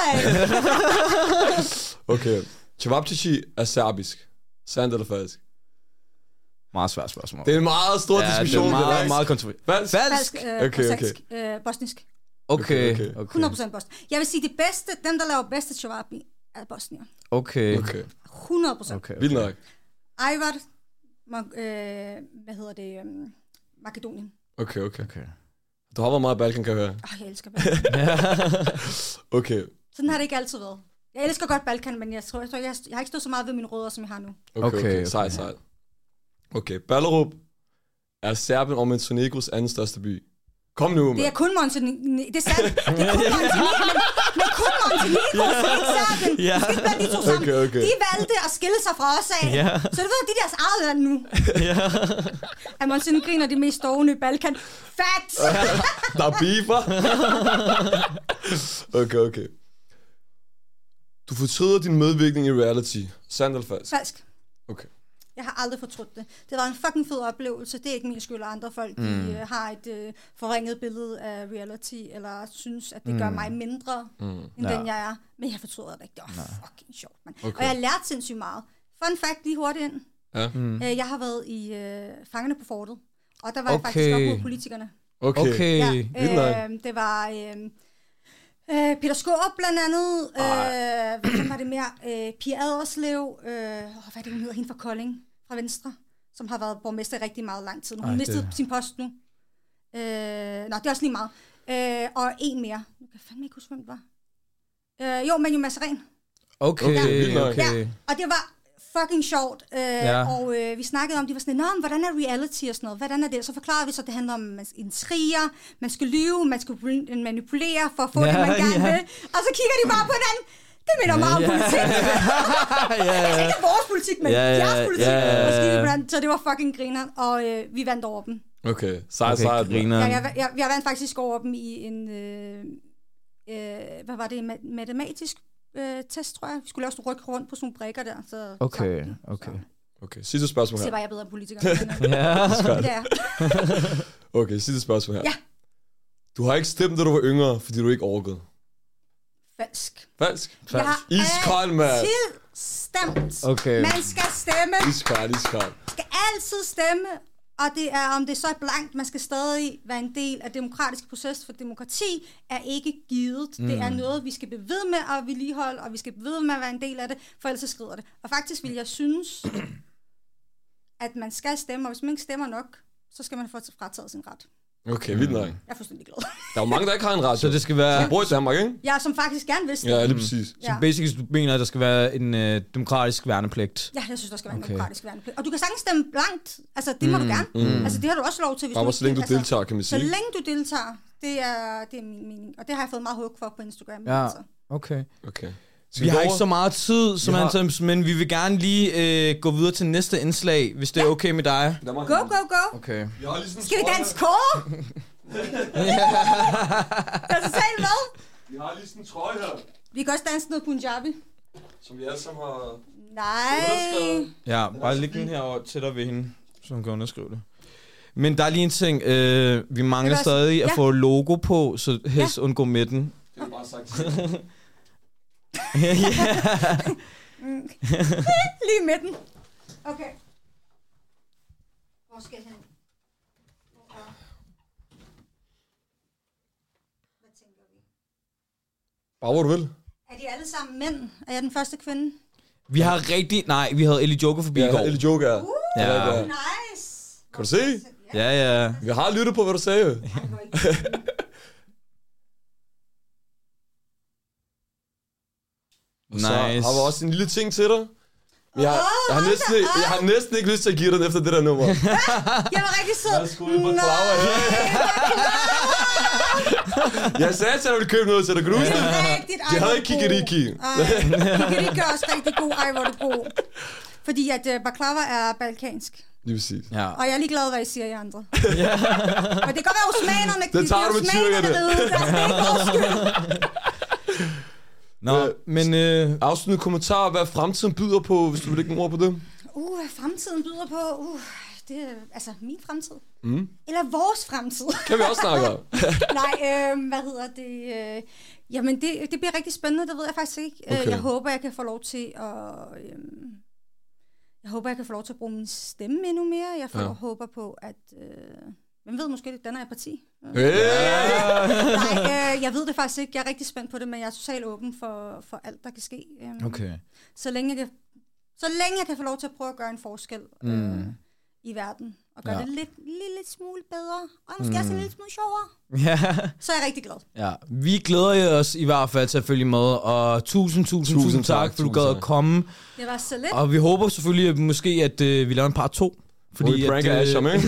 [SPEAKER 3] Okay. Cevapcici er serbisk. Sandt eller falsk?
[SPEAKER 2] Meget svært spørgsmål.
[SPEAKER 3] Det er en meget stor
[SPEAKER 2] ja,
[SPEAKER 3] diskussion.
[SPEAKER 2] det er meget,
[SPEAKER 3] det
[SPEAKER 2] meget kontroversielt.
[SPEAKER 3] Falsk?
[SPEAKER 4] Falsk. Øh,
[SPEAKER 3] okay, okay.
[SPEAKER 4] Øh, bosnisk.
[SPEAKER 2] Okay, okay. okay.
[SPEAKER 4] hundrede procent bosnisk. Jeg vil sige, det bedste, dem der laver bedste cevapi, er bosnier.
[SPEAKER 2] Okay.
[SPEAKER 3] okay.
[SPEAKER 4] hundrede procent.
[SPEAKER 2] Okay, okay.
[SPEAKER 3] Vildt nok.
[SPEAKER 4] Ajvar, øh, hvad hedder det, øh, Makedonien.
[SPEAKER 3] Okay, okay, okay. Du har været meget Balkan, kan jeg høre.
[SPEAKER 4] Åh, oh, jeg elsker Balkan.
[SPEAKER 3] Okay.
[SPEAKER 4] Sådan har det ikke altid været. Jeg elsker godt Balkan, men jeg tror, jeg, tror, jeg, jeg har ikke stået så meget ved mine rødder, som jeg har nu.
[SPEAKER 3] Okay, okay. okay. Sejt, sejt. Okay, Ballerup er Serbien og Montenegros anden største by. Kom nu, man.
[SPEAKER 4] Det er kun Montenegro. Det er sandt. Det er kun Montenegro, men, men kun Montenegro, så ikke Serbien.
[SPEAKER 2] Ja.
[SPEAKER 4] Vi skal ikke blande de to sammen.
[SPEAKER 3] Okay, okay.
[SPEAKER 4] De valgte at skille sig fra os af.
[SPEAKER 2] Ja.
[SPEAKER 4] Så det ved de deres eget land nu.
[SPEAKER 2] Ja.
[SPEAKER 4] Er Montenegro de mest stående i Balkan? Facts!
[SPEAKER 3] Der er beefer. Okay, okay. Du fortryder din medvirkning i reality. Sandt eller falsk?
[SPEAKER 4] Falsk.
[SPEAKER 3] Okay.
[SPEAKER 4] Jeg har aldrig fortrudt det. Det var en fucking fed oplevelse. Det er ikke min skyld, at andre folk mm. de, uh, har et uh, forringet billede af reality, eller synes, at det mm. gør mig mindre, mm. end ja. den jeg er. Men jeg fortryder det ikke. Det var ja. fucking sjovt, man. Okay. Og jeg har lært sindssygt meget. Fun fact, lige hurtigt ind.
[SPEAKER 3] Ja. Mm.
[SPEAKER 4] Uh, jeg har været i uh, Fangerne på Fortet, og der var okay. jeg faktisk op mod politikerne.
[SPEAKER 3] Okay.
[SPEAKER 2] okay.
[SPEAKER 4] Ja, uh, det var... Uh, Uh, Peter Skaarup blandt andet, uh, hvad var det mere, uh, Pia Aderslev, uh, hvad er det, hun hedder, hende fra Kolding, fra Venstre, som har været borgmester i rigtig meget lang tid. Hun har mistet sin post nu. Uh, nå, det er også lige meget. Uh, og en mere. Nu kan jeg fandme ikke huske, hvem det var. Uh, jo, men jo Masseren.
[SPEAKER 2] Okay,
[SPEAKER 4] ja.
[SPEAKER 2] okay.
[SPEAKER 4] Ja, og det var fucking sjovt, øh, ja. og øh, vi snakkede om, de var sådan, nå, men hvordan er reality og sådan noget, hvordan er det? Så forklarede vi så, at det handler om, man skal intriger, man skal lyve, man skal manipulere for at få ja, det, man gerne ja. vil, og så kigger de bare på hinanden, det minder meget om ja. politik. ja, ja. Altså ikke vores politik, men ja, ja, jeres politik, ja, ja, ja. Så det var fucking griner, og øh, vi vandt over dem.
[SPEAKER 3] Okay, sejt, okay, sejt.
[SPEAKER 4] Ja, jeg, jeg, jeg vandt faktisk over dem i en, øh, øh, hvad var det, matematisk Øh, test, tror jeg. Vi skulle også rykke rundt på sådan nogle brækker der. Så,
[SPEAKER 2] okay,
[SPEAKER 4] så,
[SPEAKER 2] okay.
[SPEAKER 3] Okay, sidste spørgsmål her.
[SPEAKER 4] Se, var jeg bedre politiker.
[SPEAKER 2] ja.
[SPEAKER 4] ja.
[SPEAKER 3] Okay, sidste spørgsmål her.
[SPEAKER 4] Ja.
[SPEAKER 3] Du har ikke stemt, da du var yngre, fordi du ikke orkede.
[SPEAKER 4] Falsk.
[SPEAKER 3] Falsk?
[SPEAKER 4] Jeg har
[SPEAKER 3] Iskold, mand.
[SPEAKER 4] altid stemt.
[SPEAKER 2] Okay.
[SPEAKER 4] Man skal stemme.
[SPEAKER 3] Iskold, iskold.
[SPEAKER 4] Man skal altid stemme. Og det er, om det så er blankt, man skal stadig være en del af demokratisk proces, for demokrati er ikke givet. Mm. Det er noget, vi skal blive ved med at vedligeholde, og vi skal blive ved med at være en del af det, for ellers så skrider det. Og faktisk vil jeg synes, at man skal stemme, og hvis man ikke stemmer nok, så skal man få frataget sin ret.
[SPEAKER 3] Okay, vildt nok.
[SPEAKER 4] Jeg er fuldstændig glad.
[SPEAKER 3] Der er jo mange, der ikke har en ret.
[SPEAKER 2] Så det skal være...
[SPEAKER 3] Du bor i Danmark, ikke?
[SPEAKER 4] Jeg som faktisk gerne vil stemme.
[SPEAKER 3] Ja, det er præcis.
[SPEAKER 2] Så ja. Basically, du mener, at der skal være en øh, demokratisk værnepligt?
[SPEAKER 4] Ja, jeg synes, der skal være
[SPEAKER 2] okay.
[SPEAKER 4] en demokratisk værnepligt. Og du kan sagtens stemme blankt. Altså, det må mm, du gerne. Mm. Altså, det har du også lov til, hvis
[SPEAKER 3] bare
[SPEAKER 4] du...
[SPEAKER 3] så længe du
[SPEAKER 4] altså,
[SPEAKER 3] deltager, kan man sige.
[SPEAKER 4] Så længe du deltager, det er, det er min mening. Og det har jeg fået meget hug for på Instagram.
[SPEAKER 2] Ja,
[SPEAKER 4] altså.
[SPEAKER 2] okay.
[SPEAKER 3] Okay.
[SPEAKER 2] Vi, vi har ikke så meget tid, som
[SPEAKER 3] har...
[SPEAKER 2] Anton, men vi vil gerne lige øh, gå videre til næste indslag, hvis det er okay med dig.
[SPEAKER 4] Go, go, go.
[SPEAKER 2] Okay.
[SPEAKER 4] Skal vi danse kåre? Altså, tal hvad?
[SPEAKER 3] Vi har lige sådan en trøje her.
[SPEAKER 4] Vi kan også danse noget Punjabi.
[SPEAKER 3] Som vi alle sammen har...
[SPEAKER 4] Nej.
[SPEAKER 2] Ja, bare læg den her tættere ved hende, så hun kan underskrive det. Men der er lige en ting, øh, vi mangler også... stadig ja. at få logo på, så helst ja. undgå midten.
[SPEAKER 3] Det er bare sagt.
[SPEAKER 4] Lige midten. Okay. Hvor skal jeg hen?
[SPEAKER 3] Bare hvor du vil.
[SPEAKER 4] Er de alle sammen mænd? Er jeg den første kvinde?
[SPEAKER 2] Vi har rigtig... Nej, vi havde Ellie Joker forbi
[SPEAKER 3] ja,
[SPEAKER 2] i går.
[SPEAKER 3] Ellie Joker, ja.
[SPEAKER 4] Uh,
[SPEAKER 3] ja.
[SPEAKER 4] Nice.
[SPEAKER 3] Kan du se?
[SPEAKER 2] Ja, ja.
[SPEAKER 3] Vi har lyttet på, hvad du sagde.
[SPEAKER 2] Nice.
[SPEAKER 3] Så har vi også en lille ting til dig. Jeg har, oh, jeg, har næsten, ikke, jeg har næsten ikke lyst til at give den efter det der nummer.
[SPEAKER 4] Jeg var rigtig sød.
[SPEAKER 3] Jeg skulle på Clower. Jeg sagde, at jeg ville købe noget til dig. Kan du huske det? De havde ikke Kikiriki.
[SPEAKER 4] Kikiriki er også rigtig god. Ej, hvor er det god. Fordi at uh, baklava er balkansk.
[SPEAKER 3] Lige præcis.
[SPEAKER 2] Ja.
[SPEAKER 4] Og jeg er lige glad, hvad I siger, I andre. Ja. Og det kan være osmanerne.
[SPEAKER 3] Det tager du med tyrkerne.
[SPEAKER 2] Nå, øh, men... Øh,
[SPEAKER 3] afsluttende kommentar, hvad fremtiden byder på, hvis du vil lægge nogle ord på det?
[SPEAKER 4] Uh, hvad fremtiden byder på? Uh, det er altså min fremtid.
[SPEAKER 3] Mm.
[SPEAKER 4] Eller vores fremtid.
[SPEAKER 3] Kan vi også snakke om?
[SPEAKER 4] Nej, øh, hvad hedder det? Øh, jamen, det, det bliver rigtig spændende, det ved jeg faktisk ikke. Okay. Jeg håber, jeg kan få lov til at... Øh, jeg håber, jeg kan få lov til at bruge min stemme endnu mere. Jeg får, ja. håber på, at... Øh, hvem ved, måske danner jeg parti.
[SPEAKER 3] Hey.
[SPEAKER 4] Nej, øh, jeg ved det faktisk ikke. Jeg er rigtig spændt på det, men jeg er totalt åben for, for alt, der kan ske. Um,
[SPEAKER 2] okay.
[SPEAKER 4] Så længe, jeg kan, så længe jeg kan få lov til at prøve at gøre en forskel mm. øh, i verden, og gøre ja. det lidt, lidt, lidt smule bedre, og måske mm. også en lille smule sjovere,
[SPEAKER 2] ja.
[SPEAKER 4] så er jeg rigtig glad.
[SPEAKER 2] Ja. Vi glæder os i hvert fald til at følge med, og tusind, tusind, tusind, tusind tak, for du gad at komme.
[SPEAKER 4] Det var så lidt.
[SPEAKER 2] Og vi håber selvfølgelig, at måske, at øh, vi laver en part to.
[SPEAKER 3] Fordi vi pranker Asher, ikke?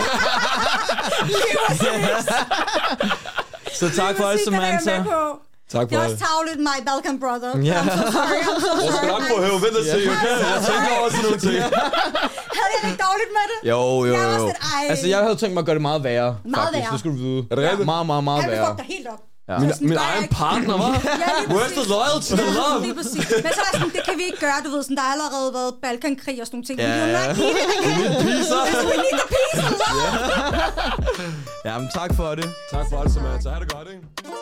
[SPEAKER 2] Så tak for alt, Samantha.
[SPEAKER 3] Tak for
[SPEAKER 4] det. Det er også tavligt, my Balkan brother.
[SPEAKER 2] Yeah.
[SPEAKER 4] I'm so sorry, I'm so sorry.
[SPEAKER 3] Jeg skal nok få at høre, vent og se, okay? Jeg tænker også nogle ting.
[SPEAKER 4] Havde jeg ikke dårligt med det?
[SPEAKER 2] Jo, jo, jo.
[SPEAKER 4] Jeg sådan,
[SPEAKER 2] altså, jeg havde tænkt mig at gøre det meget værre,
[SPEAKER 4] meget
[SPEAKER 2] faktisk.
[SPEAKER 4] Værre.
[SPEAKER 2] Det skulle du vide.
[SPEAKER 3] Er det rigtigt?
[SPEAKER 2] Meget, meget, meget
[SPEAKER 4] værre.
[SPEAKER 2] værre.
[SPEAKER 4] Jeg vil fuck dig helt op.
[SPEAKER 3] Ja. Min, min egen partner, hva'?
[SPEAKER 4] Ja,
[SPEAKER 3] where's the loyalty to love?
[SPEAKER 4] Lige præcis. Men så er sådan, det kan vi ikke gøre, du ved, sådan, der har allerede været Balkankrig og sådan nogle ting.
[SPEAKER 2] Ja.
[SPEAKER 4] Vi not need it again.
[SPEAKER 3] We need peace,
[SPEAKER 4] We need the peace and love.
[SPEAKER 2] Jamen, tak for det.
[SPEAKER 3] Tak for alt, Samantha. Ha' det godt, ikke?